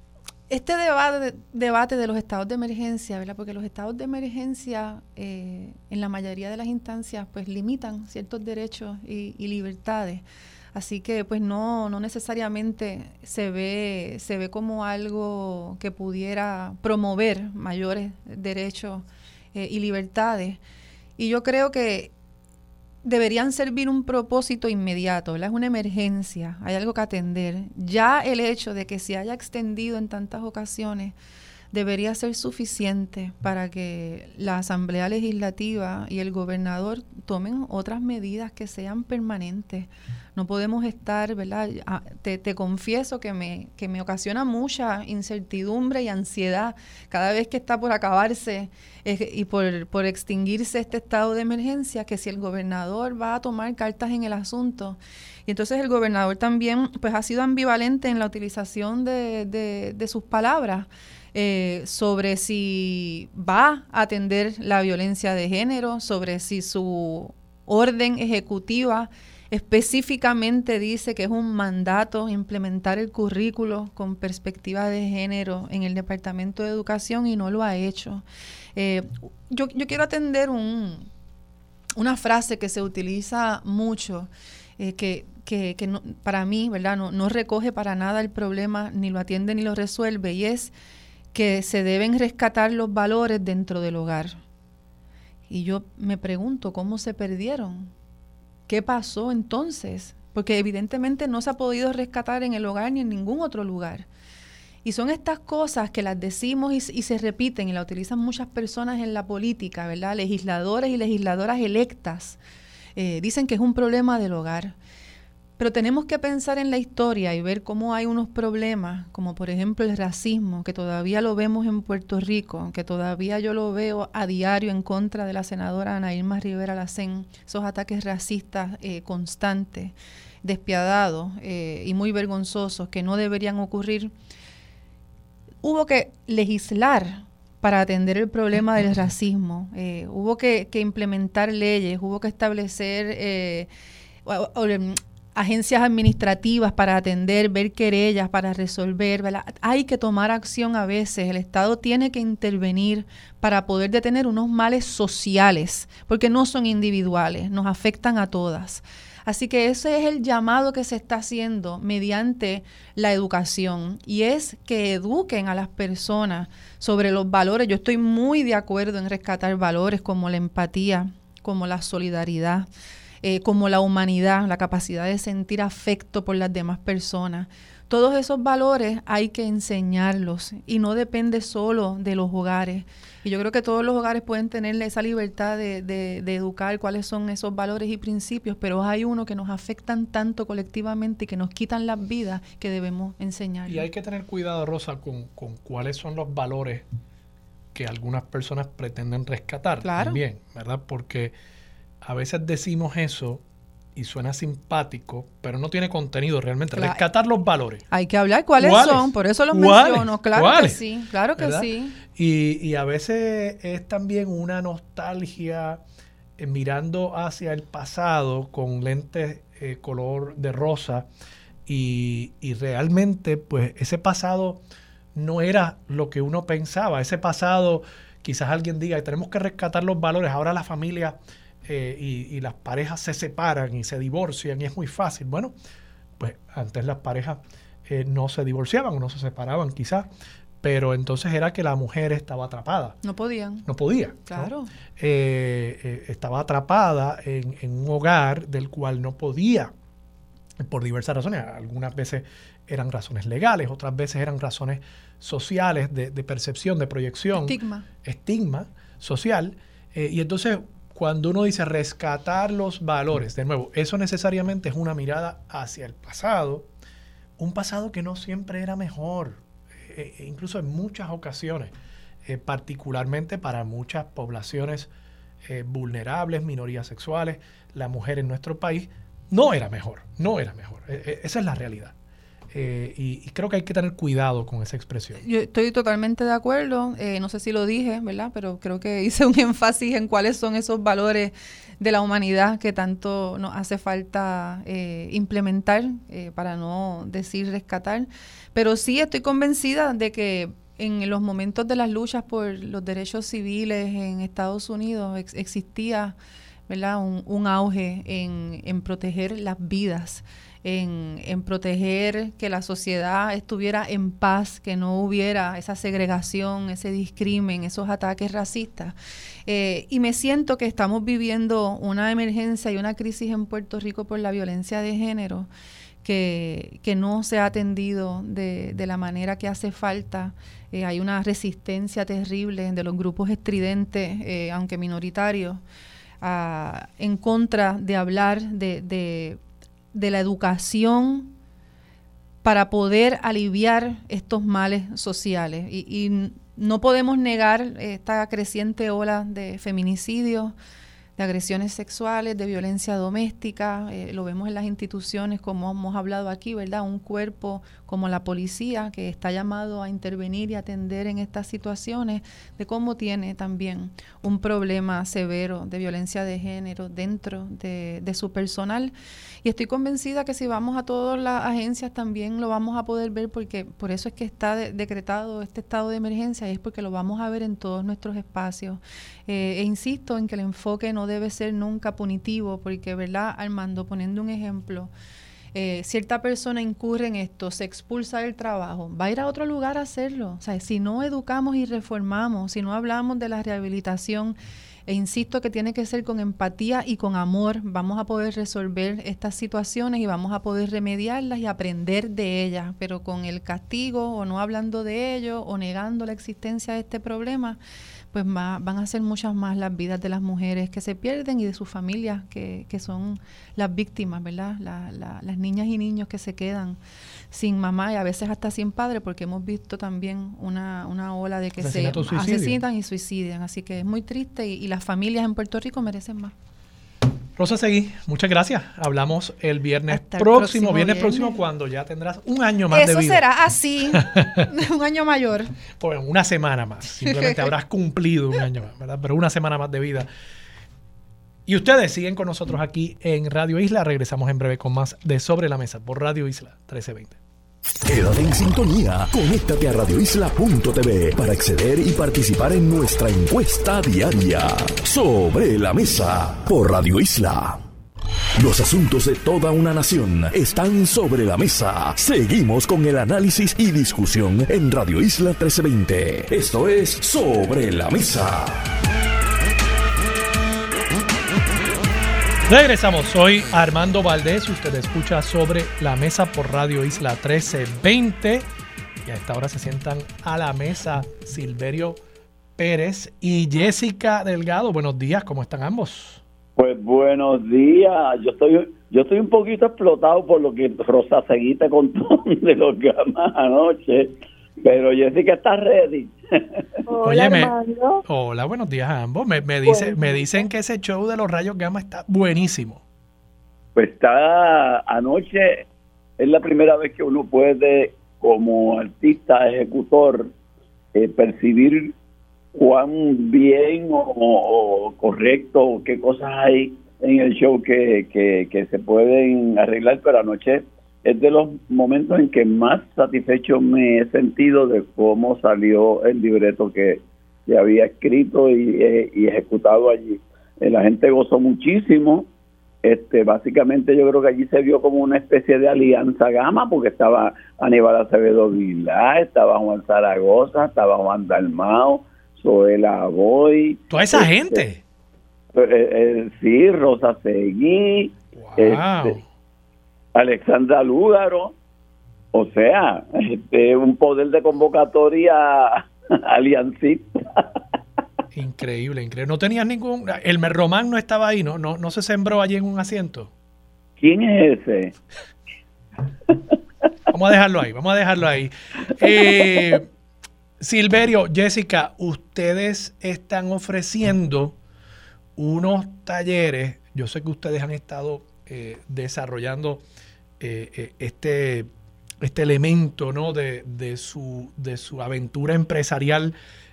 este debate, debate de los estados de emergencia, ¿verdad? Porque los estados de emergencia eh, en la mayoría de las instancias pues limitan ciertos derechos y, y libertades. Así que pues no, no necesariamente se ve, se ve como algo que pudiera promover mayores derechos eh, y libertades. Y yo creo que deberían servir un propósito inmediato, ¿verdad? Es una emergencia, hay algo que atender. Ya el hecho de que se haya extendido en tantas ocasiones debería ser suficiente para que la Asamblea Legislativa y el gobernador tomen otras medidas que sean permanentes. No podemos estar, ¿verdad? Te, te confieso que me, que me ocasiona mucha incertidumbre y ansiedad cada vez que está por acabarse eh, y por, por extinguirse este estado de emergencia, que si el gobernador va a tomar cartas en el asunto. Y entonces el gobernador también pues ha sido ambivalente en la utilización de, de, de sus palabras. Eh, sobre si va a atender la violencia de género, sobre si su orden ejecutiva específicamente dice que es un mandato implementar el currículo con perspectiva de género en el Departamento de Educación y no lo ha hecho. Eh, yo, yo quiero atender un, una frase que se utiliza mucho, eh, que, que, que no, para mí, ¿verdad? No, no recoge para nada el problema, ni lo atiende ni lo resuelve, y es que se deben rescatar los valores dentro del hogar. Y yo me pregunto, ¿cómo se perdieron? ¿Qué pasó entonces? Porque evidentemente no se ha podido rescatar en el hogar ni en ningún otro lugar. Y son estas cosas que las decimos y, y se repiten y las utilizan muchas personas en la política, ¿verdad? Legisladores y legisladoras electas eh, dicen que es un problema del hogar. Pero tenemos que pensar en la historia y ver cómo hay unos problemas, como por ejemplo el racismo, que todavía lo vemos en Puerto Rico, que todavía yo lo veo a diario en contra de la senadora Ana Irma Rivera Lacén, esos ataques racistas eh, constantes, despiadados eh, y muy vergonzosos que no deberían ocurrir. Hubo que legislar para atender el problema del racismo, eh, hubo que, que implementar leyes, hubo que establecer eh, o, o, agencias administrativas para atender, ver querellas, para resolver, ¿verdad? Hay que tomar acción a veces, el Estado tiene que intervenir para poder detener unos males sociales, porque no son individuales, nos afectan a todas. Así que ese es el llamado que se está haciendo mediante la educación, y es que eduquen a las personas sobre los valores. Yo estoy muy de acuerdo en rescatar valores como la empatía, como la solidaridad, Eh, como la humanidad, la capacidad de sentir afecto por las demás personas. Todos esos valores hay que enseñarlos y no depende solo de los hogares. Y yo creo que todos los hogares pueden tener esa libertad de, de, de educar cuáles son esos valores y principios, pero hay unos que nos afectan tanto colectivamente y que nos quitan las vidas que debemos enseñar.
Y hay que tener cuidado, Rosa, con, con cuáles son los valores que algunas personas pretenden rescatar. Claro. También, ¿verdad? Porque a veces decimos eso y suena simpático, pero no tiene contenido realmente. Claro. Rescatar los valores.
Hay que hablar cuáles, ¿Cuáles? son, por eso los menciono. Claro ¿Cuáles? que sí, claro que ¿verdad? sí.
Y, y a veces es también una nostalgia eh, mirando hacia el pasado con lentes eh, color de rosa y, y realmente pues ese pasado no era lo que uno pensaba. Ese pasado, quizás alguien diga, tenemos que rescatar los valores, ahora la familia Eh, y, y las parejas se separan y se divorcian y es muy fácil. Bueno, pues antes las parejas eh, no se divorciaban o no se separaban quizás, pero entonces era que la mujer estaba atrapada.
No podían.
No podía.
Claro.
¿no? Eh, eh, estaba atrapada en, en un hogar del cual no podía, por diversas razones. Algunas veces eran razones legales, otras veces eran razones sociales, de, de percepción, de proyección.
Estigma.
Estigma social. Eh, y entonces, cuando uno dice rescatar los valores, de nuevo, eso necesariamente es una mirada hacia el pasado, un pasado que no siempre era mejor, eh, incluso en muchas ocasiones, eh, particularmente para muchas poblaciones eh, vulnerables, minorías sexuales, la mujer en nuestro país no era mejor, no era mejor, eh, eh, esa es la realidad. eh, y, y creo que hay que tener cuidado con esa expresión.
Yo estoy totalmente de acuerdo, eh, no sé si lo dije, ¿verdad? Pero creo que hice un énfasis en cuáles son esos valores de la humanidad que tanto nos hace falta eh, implementar, eh, para no decir rescatar. Pero sí estoy convencida de que en los momentos de las luchas por los derechos civiles en Estados Unidos ex- existía, ¿verdad?, un, un auge en, en proteger las vidas, en, en proteger que la sociedad estuviera en paz, que no hubiera esa segregación, ese discrimen, esos ataques racistas. Eh, y me siento que estamos viviendo una emergencia y una crisis en Puerto Rico por la violencia de género que, que no se ha atendido de, de la manera que hace falta. Eh, hay una resistencia terrible de los grupos estridentes, eh, aunque minoritarios, a, en contra de hablar de, de, de la educación para poder aliviar estos males sociales. Y, y no podemos negar esta creciente ola de feminicidios, de agresiones sexuales, de violencia doméstica, eh, lo vemos en las instituciones, como hemos hablado aquí, ¿verdad? Un cuerpo como la policía que está llamado a intervenir y atender en estas situaciones, de cómo tiene también un problema severo de violencia de género dentro de, de su personal. Y estoy convencida que si vamos a todas las agencias también lo vamos a poder ver, porque por eso es que está de, decretado este estado de emergencia, y es porque lo vamos a ver en todos nuestros espacios. Eh, e insisto en que el enfoque no debe ser nunca punitivo, porque, ¿verdad, Armando? Poniendo un ejemplo, eh, cierta persona incurre en esto, se expulsa del trabajo, va a ir a otro lugar a hacerlo. O sea, si no educamos y reformamos, si no hablamos de la rehabilitación, e insisto que tiene que ser con empatía y con amor, vamos a poder resolver estas situaciones y vamos a poder remediarlas y aprender de ellas, pero con el castigo o no hablando de ello o negando la existencia de este problema, pues más, van a ser muchas más las vidas de las mujeres que se pierden y de sus familias que, que son las víctimas, ¿verdad? La, la, las niñas y niños que se quedan sin mamá y a veces hasta sin padre, porque hemos visto también una, una ola de que se asesinan y suicidan. Así que es muy triste y, y las familias en Puerto Rico merecen más.
Rosa Seguí, muchas gracias. Hablamos el viernes
Hasta el
próximo,
próximo
viernes,
viernes.
próximo, cuando ya tendrás un año más
Eso
de vida.
Eso será así, un año mayor.
Bueno, una semana más. Simplemente habrás cumplido un año más, ¿verdad? Pero una semana más de vida. Y ustedes siguen con nosotros aquí en Radio Isla. Regresamos en breve con más de Sobre la Mesa por Radio Isla trece veinte.
Quédate en sintonía, conéctate a radio isla punto t v para acceder y participar en nuestra encuesta diaria. Sobre la Mesa por Radio Isla. Los asuntos de toda una nación están sobre la mesa. Seguimos con el análisis y discusión en Radio Isla trece veinte. Esto es Sobre la Mesa.
Regresamos, soy Armando Valdés, usted escucha Sobre la Mesa por Radio Isla trece veinte y a esta hora se sientan a la mesa Silverio Pérez y Jessica Delgado. Buenos días, ¿cómo están ambos?
Pues buenos días, yo estoy yo estoy un poquito explotado por lo que Rosa Seguí te contó de los gamas anoche, pero Jessica está ready.
Hola, Oye, me, hola, buenos días a ambos. Me, me, dice, me dicen que ese show de los rayos gamma está buenísimo.
Pues está, anoche es la primera vez que uno puede, como artista, ejecutor, eh, percibir cuán bien o, o correcto, qué cosas hay en el show que, que, que se pueden arreglar, pero anoche es de los momentos en que más satisfecho me he sentido de cómo salió el libreto que, que había escrito y, y ejecutado allí. La gente gozó muchísimo. Este, básicamente yo creo que allí se vio como una especie de alianza gama, porque estaba Aníbal Acevedo Vilá, estaba Juan Zaragoza, estaba Juan Dalmao, Zoela Boy.
¿Toda esa
este,
gente?
Eh, eh, sí, Rosa Seguí.
Wow.
Este, Alexandra Lúgaro, o sea, este, un poder de convocatoria aliancista.
Increíble, increíble. No tenías ningún... Elmer Román no estaba ahí, ¿no? No, no se sembró allí en un asiento.
¿Quién es ese?
Vamos a dejarlo ahí, vamos a dejarlo ahí. Eh, Silverio, Jessica, ustedes están ofreciendo unos talleres. Yo sé que ustedes han estado eh, desarrollando Eh, eh, este este elemento, ¿no? de, de, su, de su aventura empresarial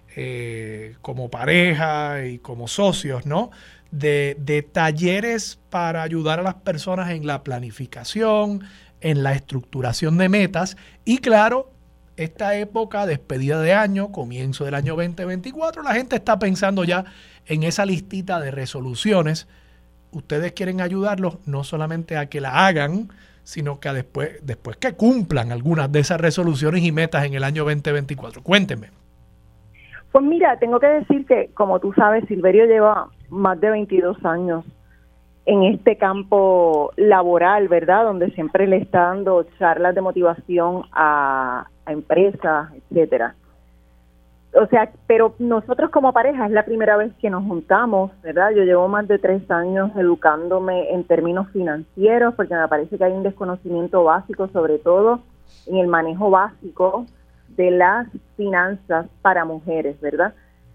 eh, como pareja y como socios, ¿no? De, de talleres para ayudar a las personas en la planificación, en la estructuración de metas y claro, esta época, despedida de año, comienzo del año veinte veinticuatro, la gente está pensando ya en esa listita de resoluciones. Ustedes quieren ayudarlos no solamente a que la hagan, sino que a después, después que cumplan algunas de esas resoluciones y metas en el año veinte veinticuatro. Cuéntenme.
Pues mira, tengo que decir que, como tú sabes, Silverio lleva más de veintidós años en este campo laboral, ¿verdad? Donde siempre le está dando charlas de motivación a, a empresas, etcétera. O sea, pero nosotros como pareja es la primera vez que nos juntamos, ¿verdad? Yo llevo más de tres años educándome en términos financieros porque me parece que hay un desconocimiento básico, sobre todo en el manejo básico de las finanzas para mujeres, ¿verdad?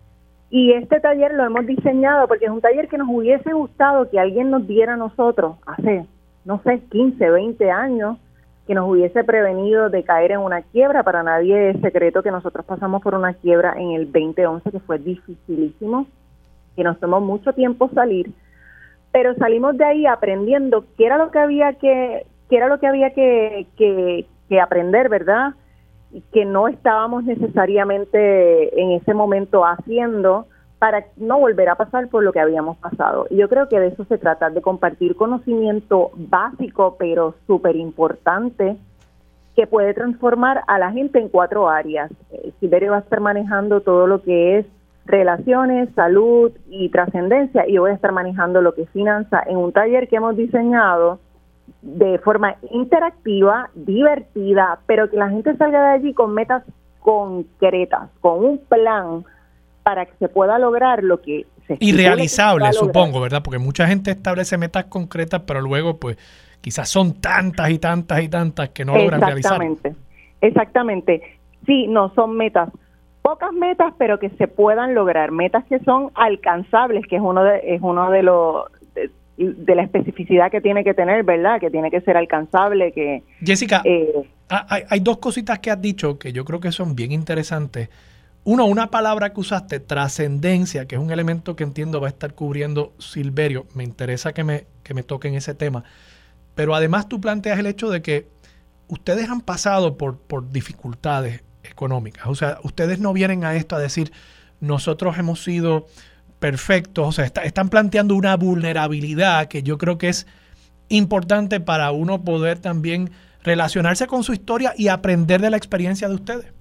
Y este taller lo hemos diseñado porque es un taller que nos hubiese gustado que alguien nos diera a nosotros hace, no sé, quince, veinte años, que nos hubiese prevenido de caer en una quiebra. Para nadie es secreto que nosotros pasamos por una quiebra en el veinte once que fue dificilísimo, que nos tomó mucho tiempo salir, pero salimos de ahí aprendiendo qué era lo que había que, qué era lo que había que, que, que aprender, ¿verdad? Y que no estábamos necesariamente en ese momento haciendo para no volver a pasar por lo que habíamos pasado. Y yo creo que de eso se trata, de compartir conocimiento básico, pero súper importante, que puede transformar a la gente en cuatro áreas. Eh, Silverio va a estar manejando todo lo que es relaciones, salud y trascendencia, y yo voy a estar manejando lo que es finanza en un taller que hemos diseñado de forma interactiva, divertida, pero que la gente salga de allí con metas concretas, con un plan para que se pueda lograr lo que se
y realizable, supongo, ¿verdad? Porque mucha gente establece metas concretas, pero luego pues quizás son tantas y tantas y tantas que no logran realizar.
Exactamente, exactamente. Sí, no, son metas, pocas metas, pero que se puedan lograr, metas que son alcanzables, que es uno de, es uno de los de, de la especificidad que tiene que tener, ¿verdad? Que tiene que ser alcanzable, que...
Jessica,
eh,
hay, hay dos cositas que has dicho que yo creo que son bien interesantes. Uno, una palabra que usaste, trascendencia, que es un elemento que entiendo va a estar cubriendo Silverio. Me interesa que me, que me toquen ese tema. Pero además tú planteas el hecho de que ustedes han pasado por, por dificultades económicas. O sea, ustedes no vienen a esto a decir, nosotros hemos sido perfectos. O sea, está, están planteando una vulnerabilidad que yo creo que es importante para uno poder también relacionarse con su historia y aprender de la experiencia de ustedes.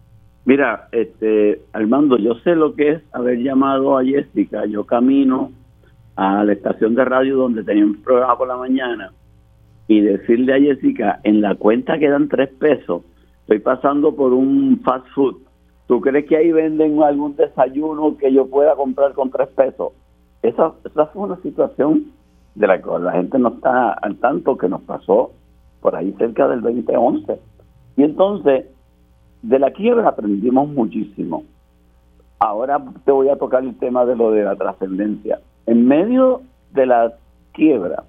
Mira, este, Armando, yo sé lo que es haber llamado a Jessica. Yo camino a la estación de radio donde tenía un programa por la mañana y decirle a Jessica, en la cuenta quedan tres pesos, estoy pasando por un fast food. ¿Tú crees que ahí venden algún desayuno que yo pueda comprar con tres pesos? Esa, esa fue una situación de la que la gente no está al tanto, que nos pasó por ahí cerca del veinte once. Y entonces, de la quiebra aprendimos muchísimo. Ahora te voy a tocar el tema de lo de la trascendencia. En medio de la quiebra,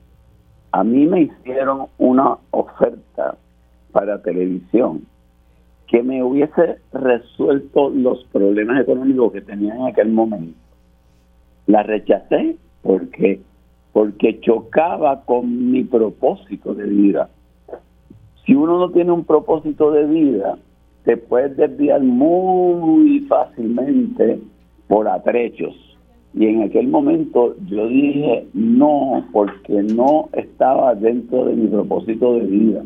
a mí me hicieron una oferta para televisión que me hubiese resuelto los problemas económicos que tenía en aquel momento. La rechacé porque, porque chocaba con mi propósito de vida. Si uno no tiene un propósito de vida, te puedes desviar muy fácilmente por atrechos. Y en aquel momento yo dije no, porque no estaba dentro de mi propósito de vida.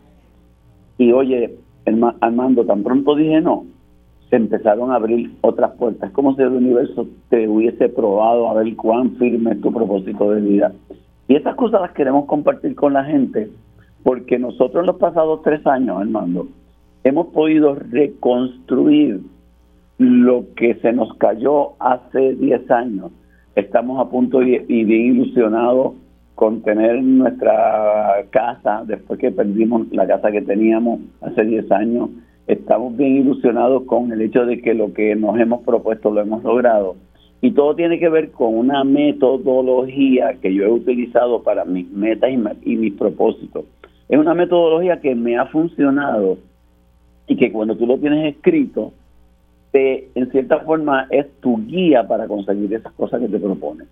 Y oye, Armando, tan pronto dije no, se empezaron a abrir otras puertas. Es como si el universo te hubiese probado a ver cuán firme es tu propósito de vida. Y esas cosas las queremos compartir con la gente, porque nosotros en los pasados tres años, Armando, hemos podido reconstruir lo que se nos cayó hace diez años. Estamos a punto y, y bien ilusionados con tener nuestra casa después que perdimos la casa que teníamos hace diez años. Estamos bien ilusionados con el hecho de que lo que nos hemos propuesto lo hemos logrado. Y todo tiene que ver con una metodología que yo he utilizado para mis metas y, y mis propósitos. es una metodología que me ha funcionado y que cuando tú lo tienes escrito, te, en cierta forma es tu guía para conseguir esas cosas que te propones.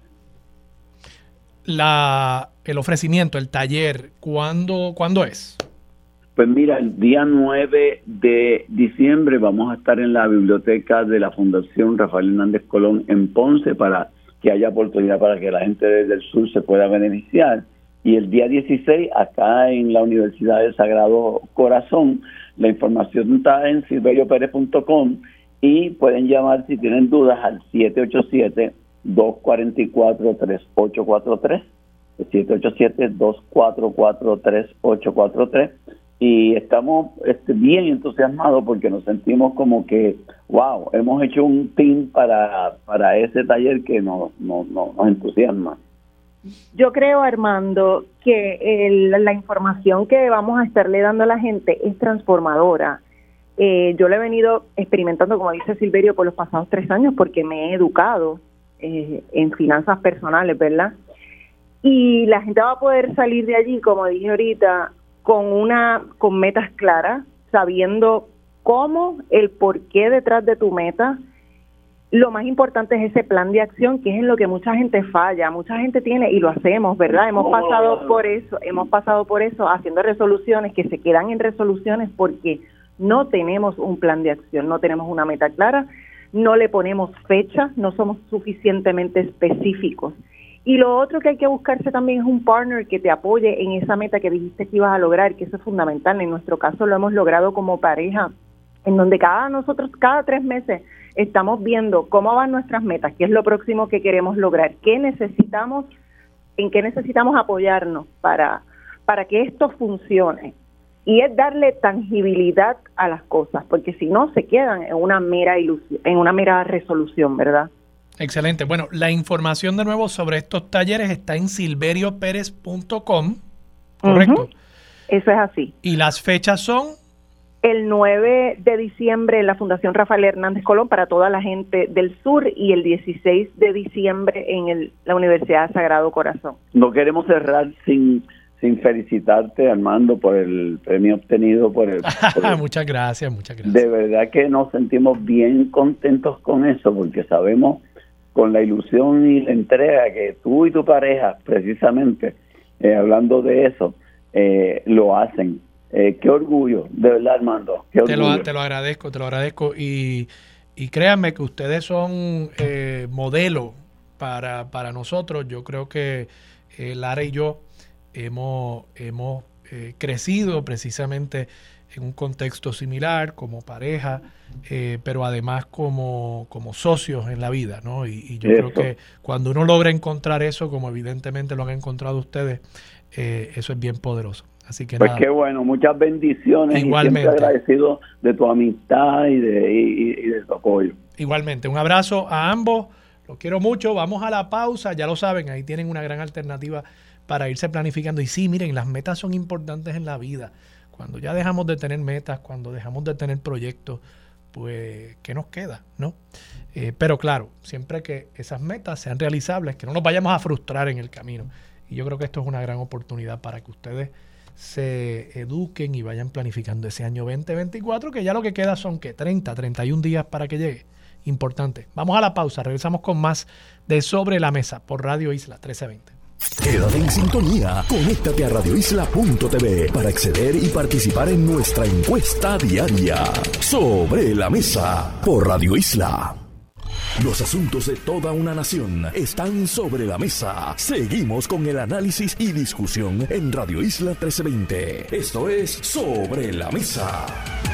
La, el ofrecimiento, el taller, ¿cuándo, ¿cuándo es?
Pues mira, el día nueve de diciembre vamos a estar en la biblioteca de la Fundación Rafael Hernández Colón en Ponce para que haya oportunidad para que la gente desde el sur se pueda beneficiar. Y el día dieciséis acá en la Universidad del Sagrado Corazón. La información está en silverio pérez punto com y pueden llamar si tienen dudas al siete ocho siete, dos cuatro cuatro, tres ocho cuatro tres, siete ocho siete, dos cuatro cuatro, tres ocho cuatro tres. Y estamos este, bien entusiasmados porque nos sentimos como que, wow, hemos hecho un team para, para ese taller que nos, nos, nos entusiasma.
Yo creo, Armando, que el, la información que vamos a estarle dando a la gente es transformadora. Eh, yo lo he venido experimentando, como dice Silverio, por los pasados tres años porque me he educado eh, en finanzas personales, ¿verdad? Y la gente va a poder salir de allí, como dije ahorita, con una con metas claras, sabiendo cómo, el porqué detrás de tu meta. Lo más importante es ese plan de acción, que es en lo que mucha gente falla. Mucha gente tiene, y lo hacemos, ¿verdad? Hemos pasado por eso, hemos pasado por eso haciendo resoluciones que se quedan en resoluciones porque no tenemos un plan de acción, no tenemos una meta clara, no le ponemos fecha, no somos suficientemente específicos. Y lo otro que hay que buscarse también es un partner que te apoye en esa meta que dijiste que ibas a lograr, que eso es fundamental. En nuestro caso lo hemos logrado como pareja, en donde cada nosotros cada tres meses estamos viendo cómo van nuestras metas, qué es lo próximo que queremos lograr, qué necesitamos, en qué necesitamos apoyarnos para, para que esto funcione. Y es darle tangibilidad a las cosas, porque si no se quedan en una mera ilusión, en una mera resolución, ¿verdad?
Excelente. Bueno, la información de nuevo sobre estos talleres está en silverio pérez punto com, ¿correcto?
Uh-huh. Eso es así.
¿Y las fechas son?
El nueve de diciembre en la Fundación Rafael Hernández Colón para toda la gente del sur y el dieciséis de diciembre en el, la Universidad Sagrado Corazón.
No queremos cerrar sin sin felicitarte, Armando, por el premio obtenido por el... Por el
muchas gracias, muchas gracias.
De verdad que nos sentimos bien contentos con eso, porque sabemos con la ilusión y la entrega que tú y tu pareja, precisamente, eh, hablando de eso, eh, lo hacen. Eh, qué orgullo, de verdad, Armando. Qué
te,
orgullo.
lo, te lo agradezco, te lo agradezco. Y, y créanme que ustedes son eh, modelo para, para nosotros. Yo creo que eh, Lara y yo hemos, hemos eh, crecido precisamente en un contexto similar, como pareja, eh, pero además como, como socios en la vida, ¿no? Y, y yo eso. creo que cuando uno logra encontrar eso, como evidentemente lo han encontrado ustedes, eh, eso es bien poderoso. Así que
pues
nada.
Qué bueno, muchas bendiciones.
Igualmente.
Y siempre agradecido de tu amistad y de, y, y de tu apoyo.
Igualmente, un abrazo a ambos, los quiero mucho, vamos a la pausa, ya lo saben, ahí tienen una gran alternativa para irse planificando. Y sí, miren, las metas son importantes en la vida. Cuando ya dejamos de tener metas, cuando dejamos de tener proyectos, pues, ¿qué nos queda? ¿No? Eh, pero claro, siempre que esas metas sean realizables, que no nos vayamos a frustrar en el camino. Y yo creo que esto es una gran oportunidad para que ustedes se eduquen y vayan planificando ese año veinte veinticuatro, que ya lo que queda son, ¿qué? treinta, treinta y un días para que llegue. Importante. Vamos a la pausa, regresamos con más de Sobre la Mesa por Radio Isla trece veinte.
Quédate en sintonía, conéctate a radio isla punto t v para acceder y participar en nuestra encuesta diaria. Sobre la Mesa por Radio Isla. Los asuntos de toda una nación están sobre la mesa. Seguimos con el análisis y discusión en Radio Isla trece veinte. Esto es Sobre la Mesa.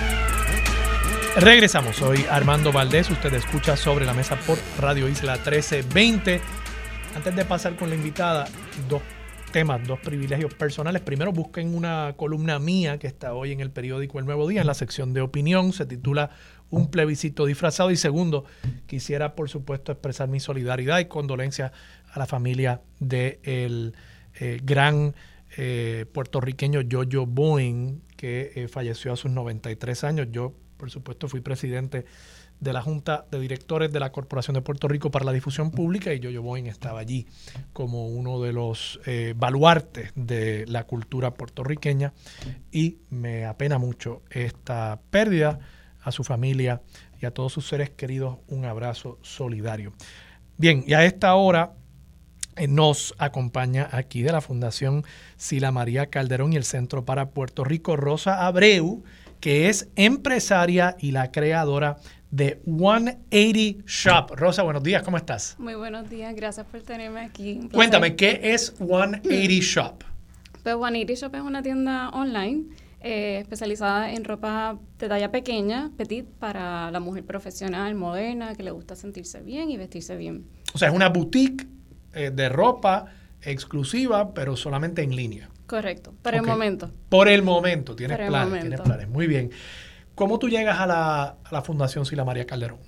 Regresamos, soy Armando Valdés, usted escucha Sobre la Mesa por Radio Isla trece veinte. Antes de pasar con la invitada, dos temas, dos privilegios personales. Primero, busquen una columna mía que está hoy en el periódico El Nuevo Día, en la sección de opinión, se titula Un plebiscito disfrazado. Y segundo, quisiera por supuesto expresar mi solidaridad y condolencia a la familia del eh, gran eh, puertorriqueño Yoyo Boeing, que eh, falleció a sus noventa y tres años. Yo, por supuesto, fui presidente de la Junta de Directores de la Corporación de Puerto Rico para la Difusión Pública, y Yoyo Boing estaba allí como uno de los eh, baluartes de la cultura puertorriqueña, y me apena mucho esta pérdida. A su familia y a todos sus seres queridos, un abrazo solidario. Bien, y a esta hora eh, nos acompaña aquí de la Fundación Sila María Calderón y el Centro para Puerto Rico, Rosa Abreu, que es empresaria y la creadora de ciento ochenta Shop. Rosa, buenos días, ¿cómo estás?
Muy buenos días, gracias por tenerme aquí.
Cuéntame, ¿qué es ciento ochenta Shop?
Pues ciento ochenta Shop es una tienda online eh, especializada en ropa de talla pequeña, petit, para la mujer profesional, moderna, que le gusta sentirse bien y vestirse bien.
O sea, es una boutique eh, de ropa exclusiva, pero solamente en línea.
Correcto, por
Okay.
el momento.
Por el momento, tienes
Por el
planes,
momento.
tienes planes. Muy bien. ¿Cómo tú llegas a la, a la Fundación Sila María Calderón?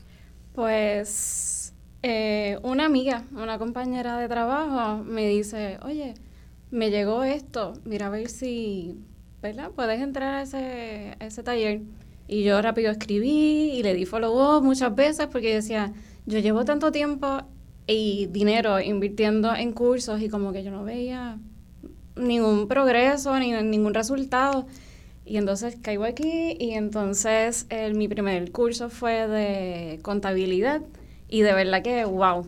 Pues eh, una amiga, una compañera de trabajo me dice, oye, me llegó esto, mira a ver si, ¿verdad? Puedes entrar a ese, a ese taller. Y yo rápido escribí y le di follow up muchas veces porque decía, yo llevo tanto tiempo y dinero invirtiendo en cursos y como que yo no veía ningún progreso ni ningún resultado. Y entonces caigo aquí y entonces el, mi primer curso fue de contabilidad y de verdad que, wow,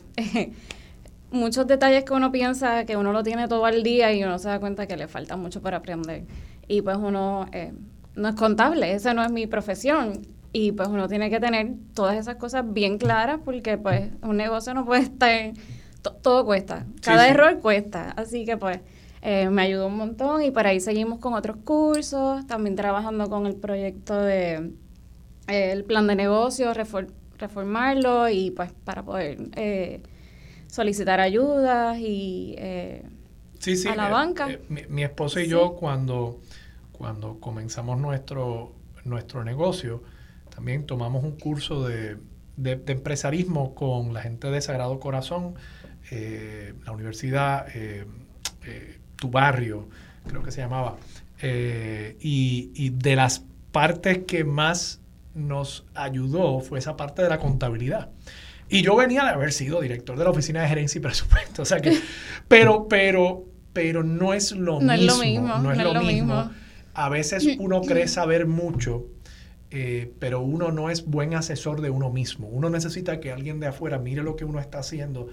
muchos detalles que uno piensa que uno lo tiene todo al día y uno se da cuenta que le falta mucho para aprender. Y pues uno eh, no es contable, esa no es mi profesión. Y pues uno tiene que tener todas esas cosas bien claras porque pues un negocio no puede estar, to- todo cuesta, cada
Sí, sí.
error cuesta. Así que pues eh, me ayudó un montón y por ahí seguimos con otros cursos, también trabajando con el proyecto de eh, el plan de negocio, refor- reformarlo y pues para poder eh, solicitar ayudas y eh,
Sí, sí.
a la
eh,
banca.
eh, mi, mi esposa y
Sí.
yo, cuando, cuando comenzamos nuestro, nuestro negocio, también tomamos un curso de, de, de empresarismo con la gente de Sagrado Corazón, eh, la universidad, eh, eh, Tu Barrio, creo que se llamaba. Eh, y, y de las partes que más nos ayudó fue esa parte de la contabilidad. Y yo venía de haber sido director de la Oficina de Gerencia y Presupuesto. O sea que, pero, pero, pero no es lo
No es
mismo.
lo mismo,
No es
no
lo
es lo
mismo.
mismo.
A veces uno cree saber mucho, eh, pero uno no es buen asesor de uno mismo. Uno necesita que alguien de afuera mire lo que uno está haciendo.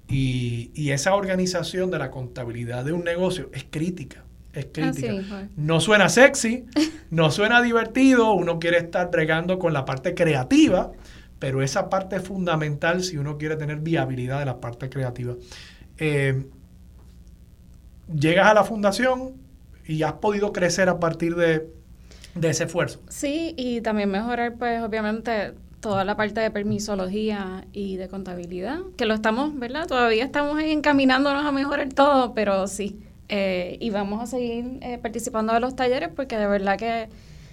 Y, y esa organización de la contabilidad de un negocio es crítica. Es crítica.
Así fue.
No suena sexy, no suena divertido, uno quiere estar bregando con la parte creativa, pero esa parte es fundamental si uno quiere tener viabilidad de la parte creativa. Eh, llegas a la fundación y has podido crecer a partir de, de ese esfuerzo.
Sí, y también mejorar, pues, obviamente, toda la parte de permisología y de contabilidad, que lo estamos, ¿verdad? Todavía estamos ahí encaminándonos a mejorar todo, pero sí. Eh, y vamos a seguir eh, participando de los talleres porque de verdad que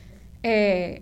eh,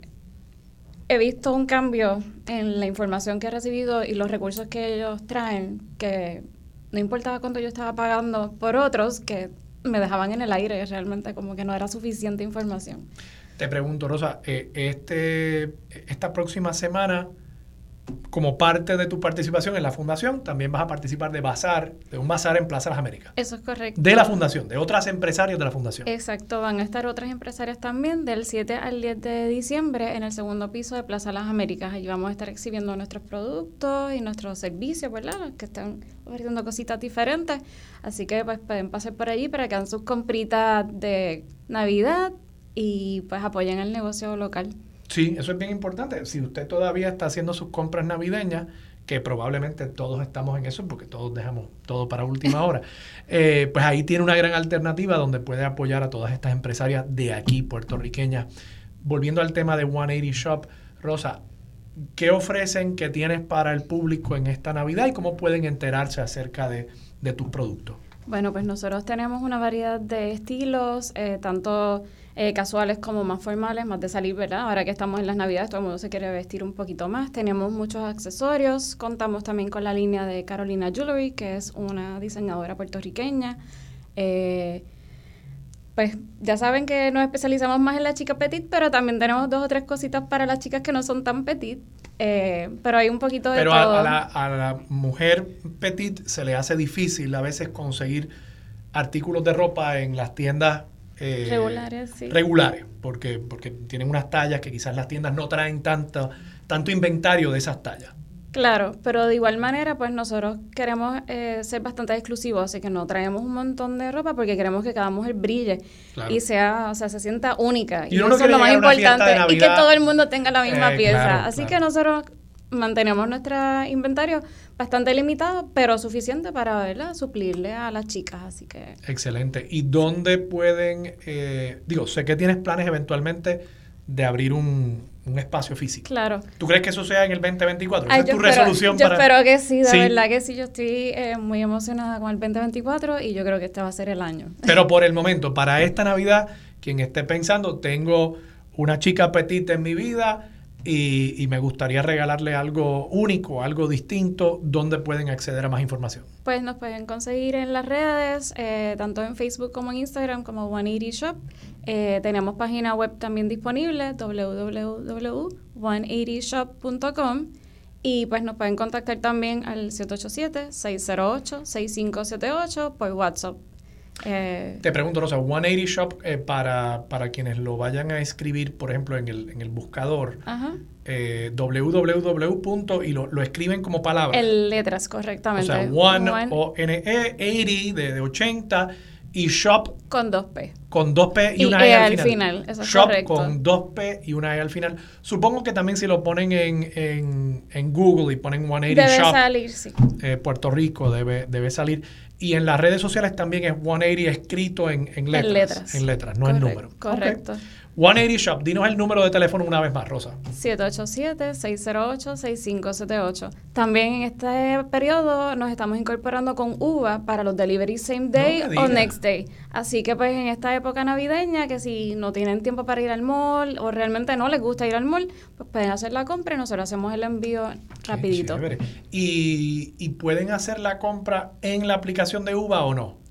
he visto un cambio en la información que he recibido y los recursos que ellos traen, que no importaba cuánto yo estaba pagando por otros, que me dejaban en el aire, realmente como que no era suficiente información.
Te pregunto, Rosa, eh, este, esta próxima semana, como parte de tu participación en la fundación, también vas a participar de bazar, de un bazar en Plaza Las Américas.
Eso es correcto.
De la fundación, de otras empresarios de la fundación.
Exacto, van a estar otras empresarias también del siete al diez de diciembre en el segundo piso de Plaza Las Américas. Allí vamos a estar exhibiendo nuestros productos y nuestros servicios, ¿verdad? Que están ofreciendo cositas diferentes. Así que pues pueden pasar por allí para que hagan sus compritas de Navidad y pues apoyen el negocio local.
Sí, eso es bien importante. Si usted todavía está haciendo sus compras navideñas, que probablemente todos estamos en eso, porque todos dejamos todo para última hora, eh, pues ahí tiene una gran alternativa donde puede apoyar a todas estas empresarias de aquí, puertorriqueñas. Volviendo al tema de ciento ochenta Shop, Rosa, ¿qué ofrecen, qué tienes para el público en esta Navidad y cómo pueden enterarse acerca de, de tus productos?
Bueno, pues nosotros tenemos una variedad de estilos, eh, tanto eh, casuales como más formales, más de salir, ¿verdad? Ahora que estamos en las Navidades, todo el mundo se quiere vestir un poquito más. Tenemos muchos accesorios. Contamos también con la línea de Carolina Jewelry, que es una diseñadora puertorriqueña. Eh, pues ya saben que nos especializamos más en la chica petit, pero también tenemos dos o tres cositas para las chicas que no son tan petit. Eh, pero hay un poquito de
pero
todo.
a, a, la, a la mujer petite se le hace difícil a veces conseguir artículos de ropa en las tiendas eh,
regulares, sí.
regulares, porque, porque tienen unas tallas que quizás las tiendas no traen tanto, tanto inventario de esas tallas.
Claro, pero de igual manera, pues nosotros queremos eh, ser bastante exclusivos, así que no traemos un montón de ropa porque queremos que cada mujer brille
Claro.
y sea, o sea, se sienta única.
Y
Y,
uno no
eso es
quiere
lo más
llegar a una fiesta de
importante. Y que
Navidad.
todo el mundo tenga la misma
Eh,
pieza.
claro,
así
claro.
que nosotros mantenemos nuestro inventario bastante limitado, pero suficiente para, ¿verdad?, suplirle a las chicas. Así que
Excelente. ¿Y dónde pueden, eh, digo, sé que tienes planes eventualmente de abrir un, un espacio físico?
claro.
¿Tú crees que eso sea en el veinte veinticuatro?
Ay,
¿Esa es
yo
tu
espero,
resolución
yo
para...?
espero que sí, de
Sí.
verdad que sí. Yo estoy eh, muy emocionada con el veinte veinticuatro y yo creo que este va a ser el año.
Pero por el momento, para esta Navidad, quien esté pensando, tengo una chica petite en mi vida y, y me gustaría regalarle algo único, algo distinto, ¿dónde pueden acceder a más información?
Pues nos pueden conseguir en las redes, eh, tanto en Facebook como en Instagram, como ciento ochenta Shop. Eh, tenemos página web también disponible, w w w punto ciento ochenta shop punto com. Y pues nos pueden contactar también al siete ocho siete, seis cero ocho, seis cinco siete ocho por WhatsApp. Eh,
Te pregunto, Rosa, ciento ochenta Shop, eh, para, para quienes lo vayan a escribir, por ejemplo, en el, en el buscador,
ajá.
eh, www. punto, y lo, lo escriben como palabra.
En letras,
O
correctamente.
sea, one,
One
O N E, ochenta, de, de ochenta, y shop
con dos P.
con dos P y,
Y
una
E
E al
al
final.
final, eso es
Shop
correcto.
con dos P y una E al final. Supongo que también si lo ponen en, en, en Google y ponen ciento ochenta
Debe
Shop,
salir, sí.
eh, Puerto Rico debe, debe salir. Y en las redes sociales también es ciento ochenta escrito en, en letras.
En letras.
En letras, no
Correct-
en número.
Correcto.
Ok. ciento ochenta Shop, dinos el número de teléfono una vez más, Rosa.
siete ocho siete, seis cero ocho, seis cinco siete ocho. También en este periodo nos estamos incorporando con Uva para los delivery same day
No me
o
digas.
next day. Así que pues en esta época navideña, que si no tienen tiempo para ir al mall o realmente no les gusta ir al mall, pues pueden hacer la compra y nosotros hacemos el envío rapidito.
Qué chévere. ¿Y, ¿Y pueden hacer la compra en la aplicación de Uva o no?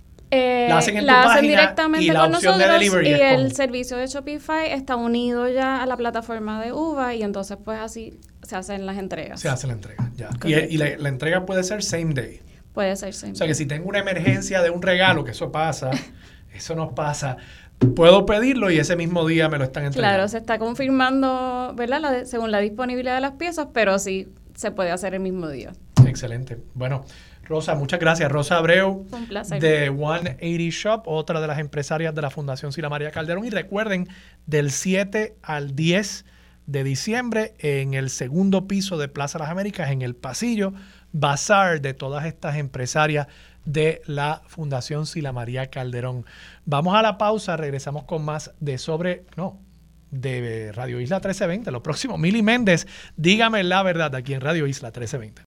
Eh,
La hacen en tu
la hacen
página
directamente
y la
con
opción de
nosotros
delivery
y
es
el
con-
servicio de Shopify está unido ya a la plataforma de Uva y entonces pues así se hacen las entregas.
Se hace la entrega, ya. Y,
Correcto.
y la, la entrega puede ser same day.
Puede ser same
O sea que
day.
si tengo una emergencia de un regalo, que eso pasa, eso nos pasa, puedo pedirlo y ese mismo día me lo están entregando.
Claro, se está confirmando, ¿verdad? La de- según la disponibilidad de las piezas, pero sí se puede hacer el mismo día.
Excelente. Bueno, Rosa, muchas gracias. Rosa Abreu,
Fue un placer.
de ciento ochenta Shop, otra de las empresarias de la Fundación Sila María Calderón. Y recuerden, del siete al diez de diciembre, en el segundo piso de Plaza Las Américas, en el pasillo, bazar de todas estas empresarias de la Fundación Sila María Calderón. Vamos a la pausa, regresamos con más de sobre... No, de Radio Isla trece veinte. Lo próximo, Mili Méndez, dígame la verdad, aquí en Radio Isla trece veinte.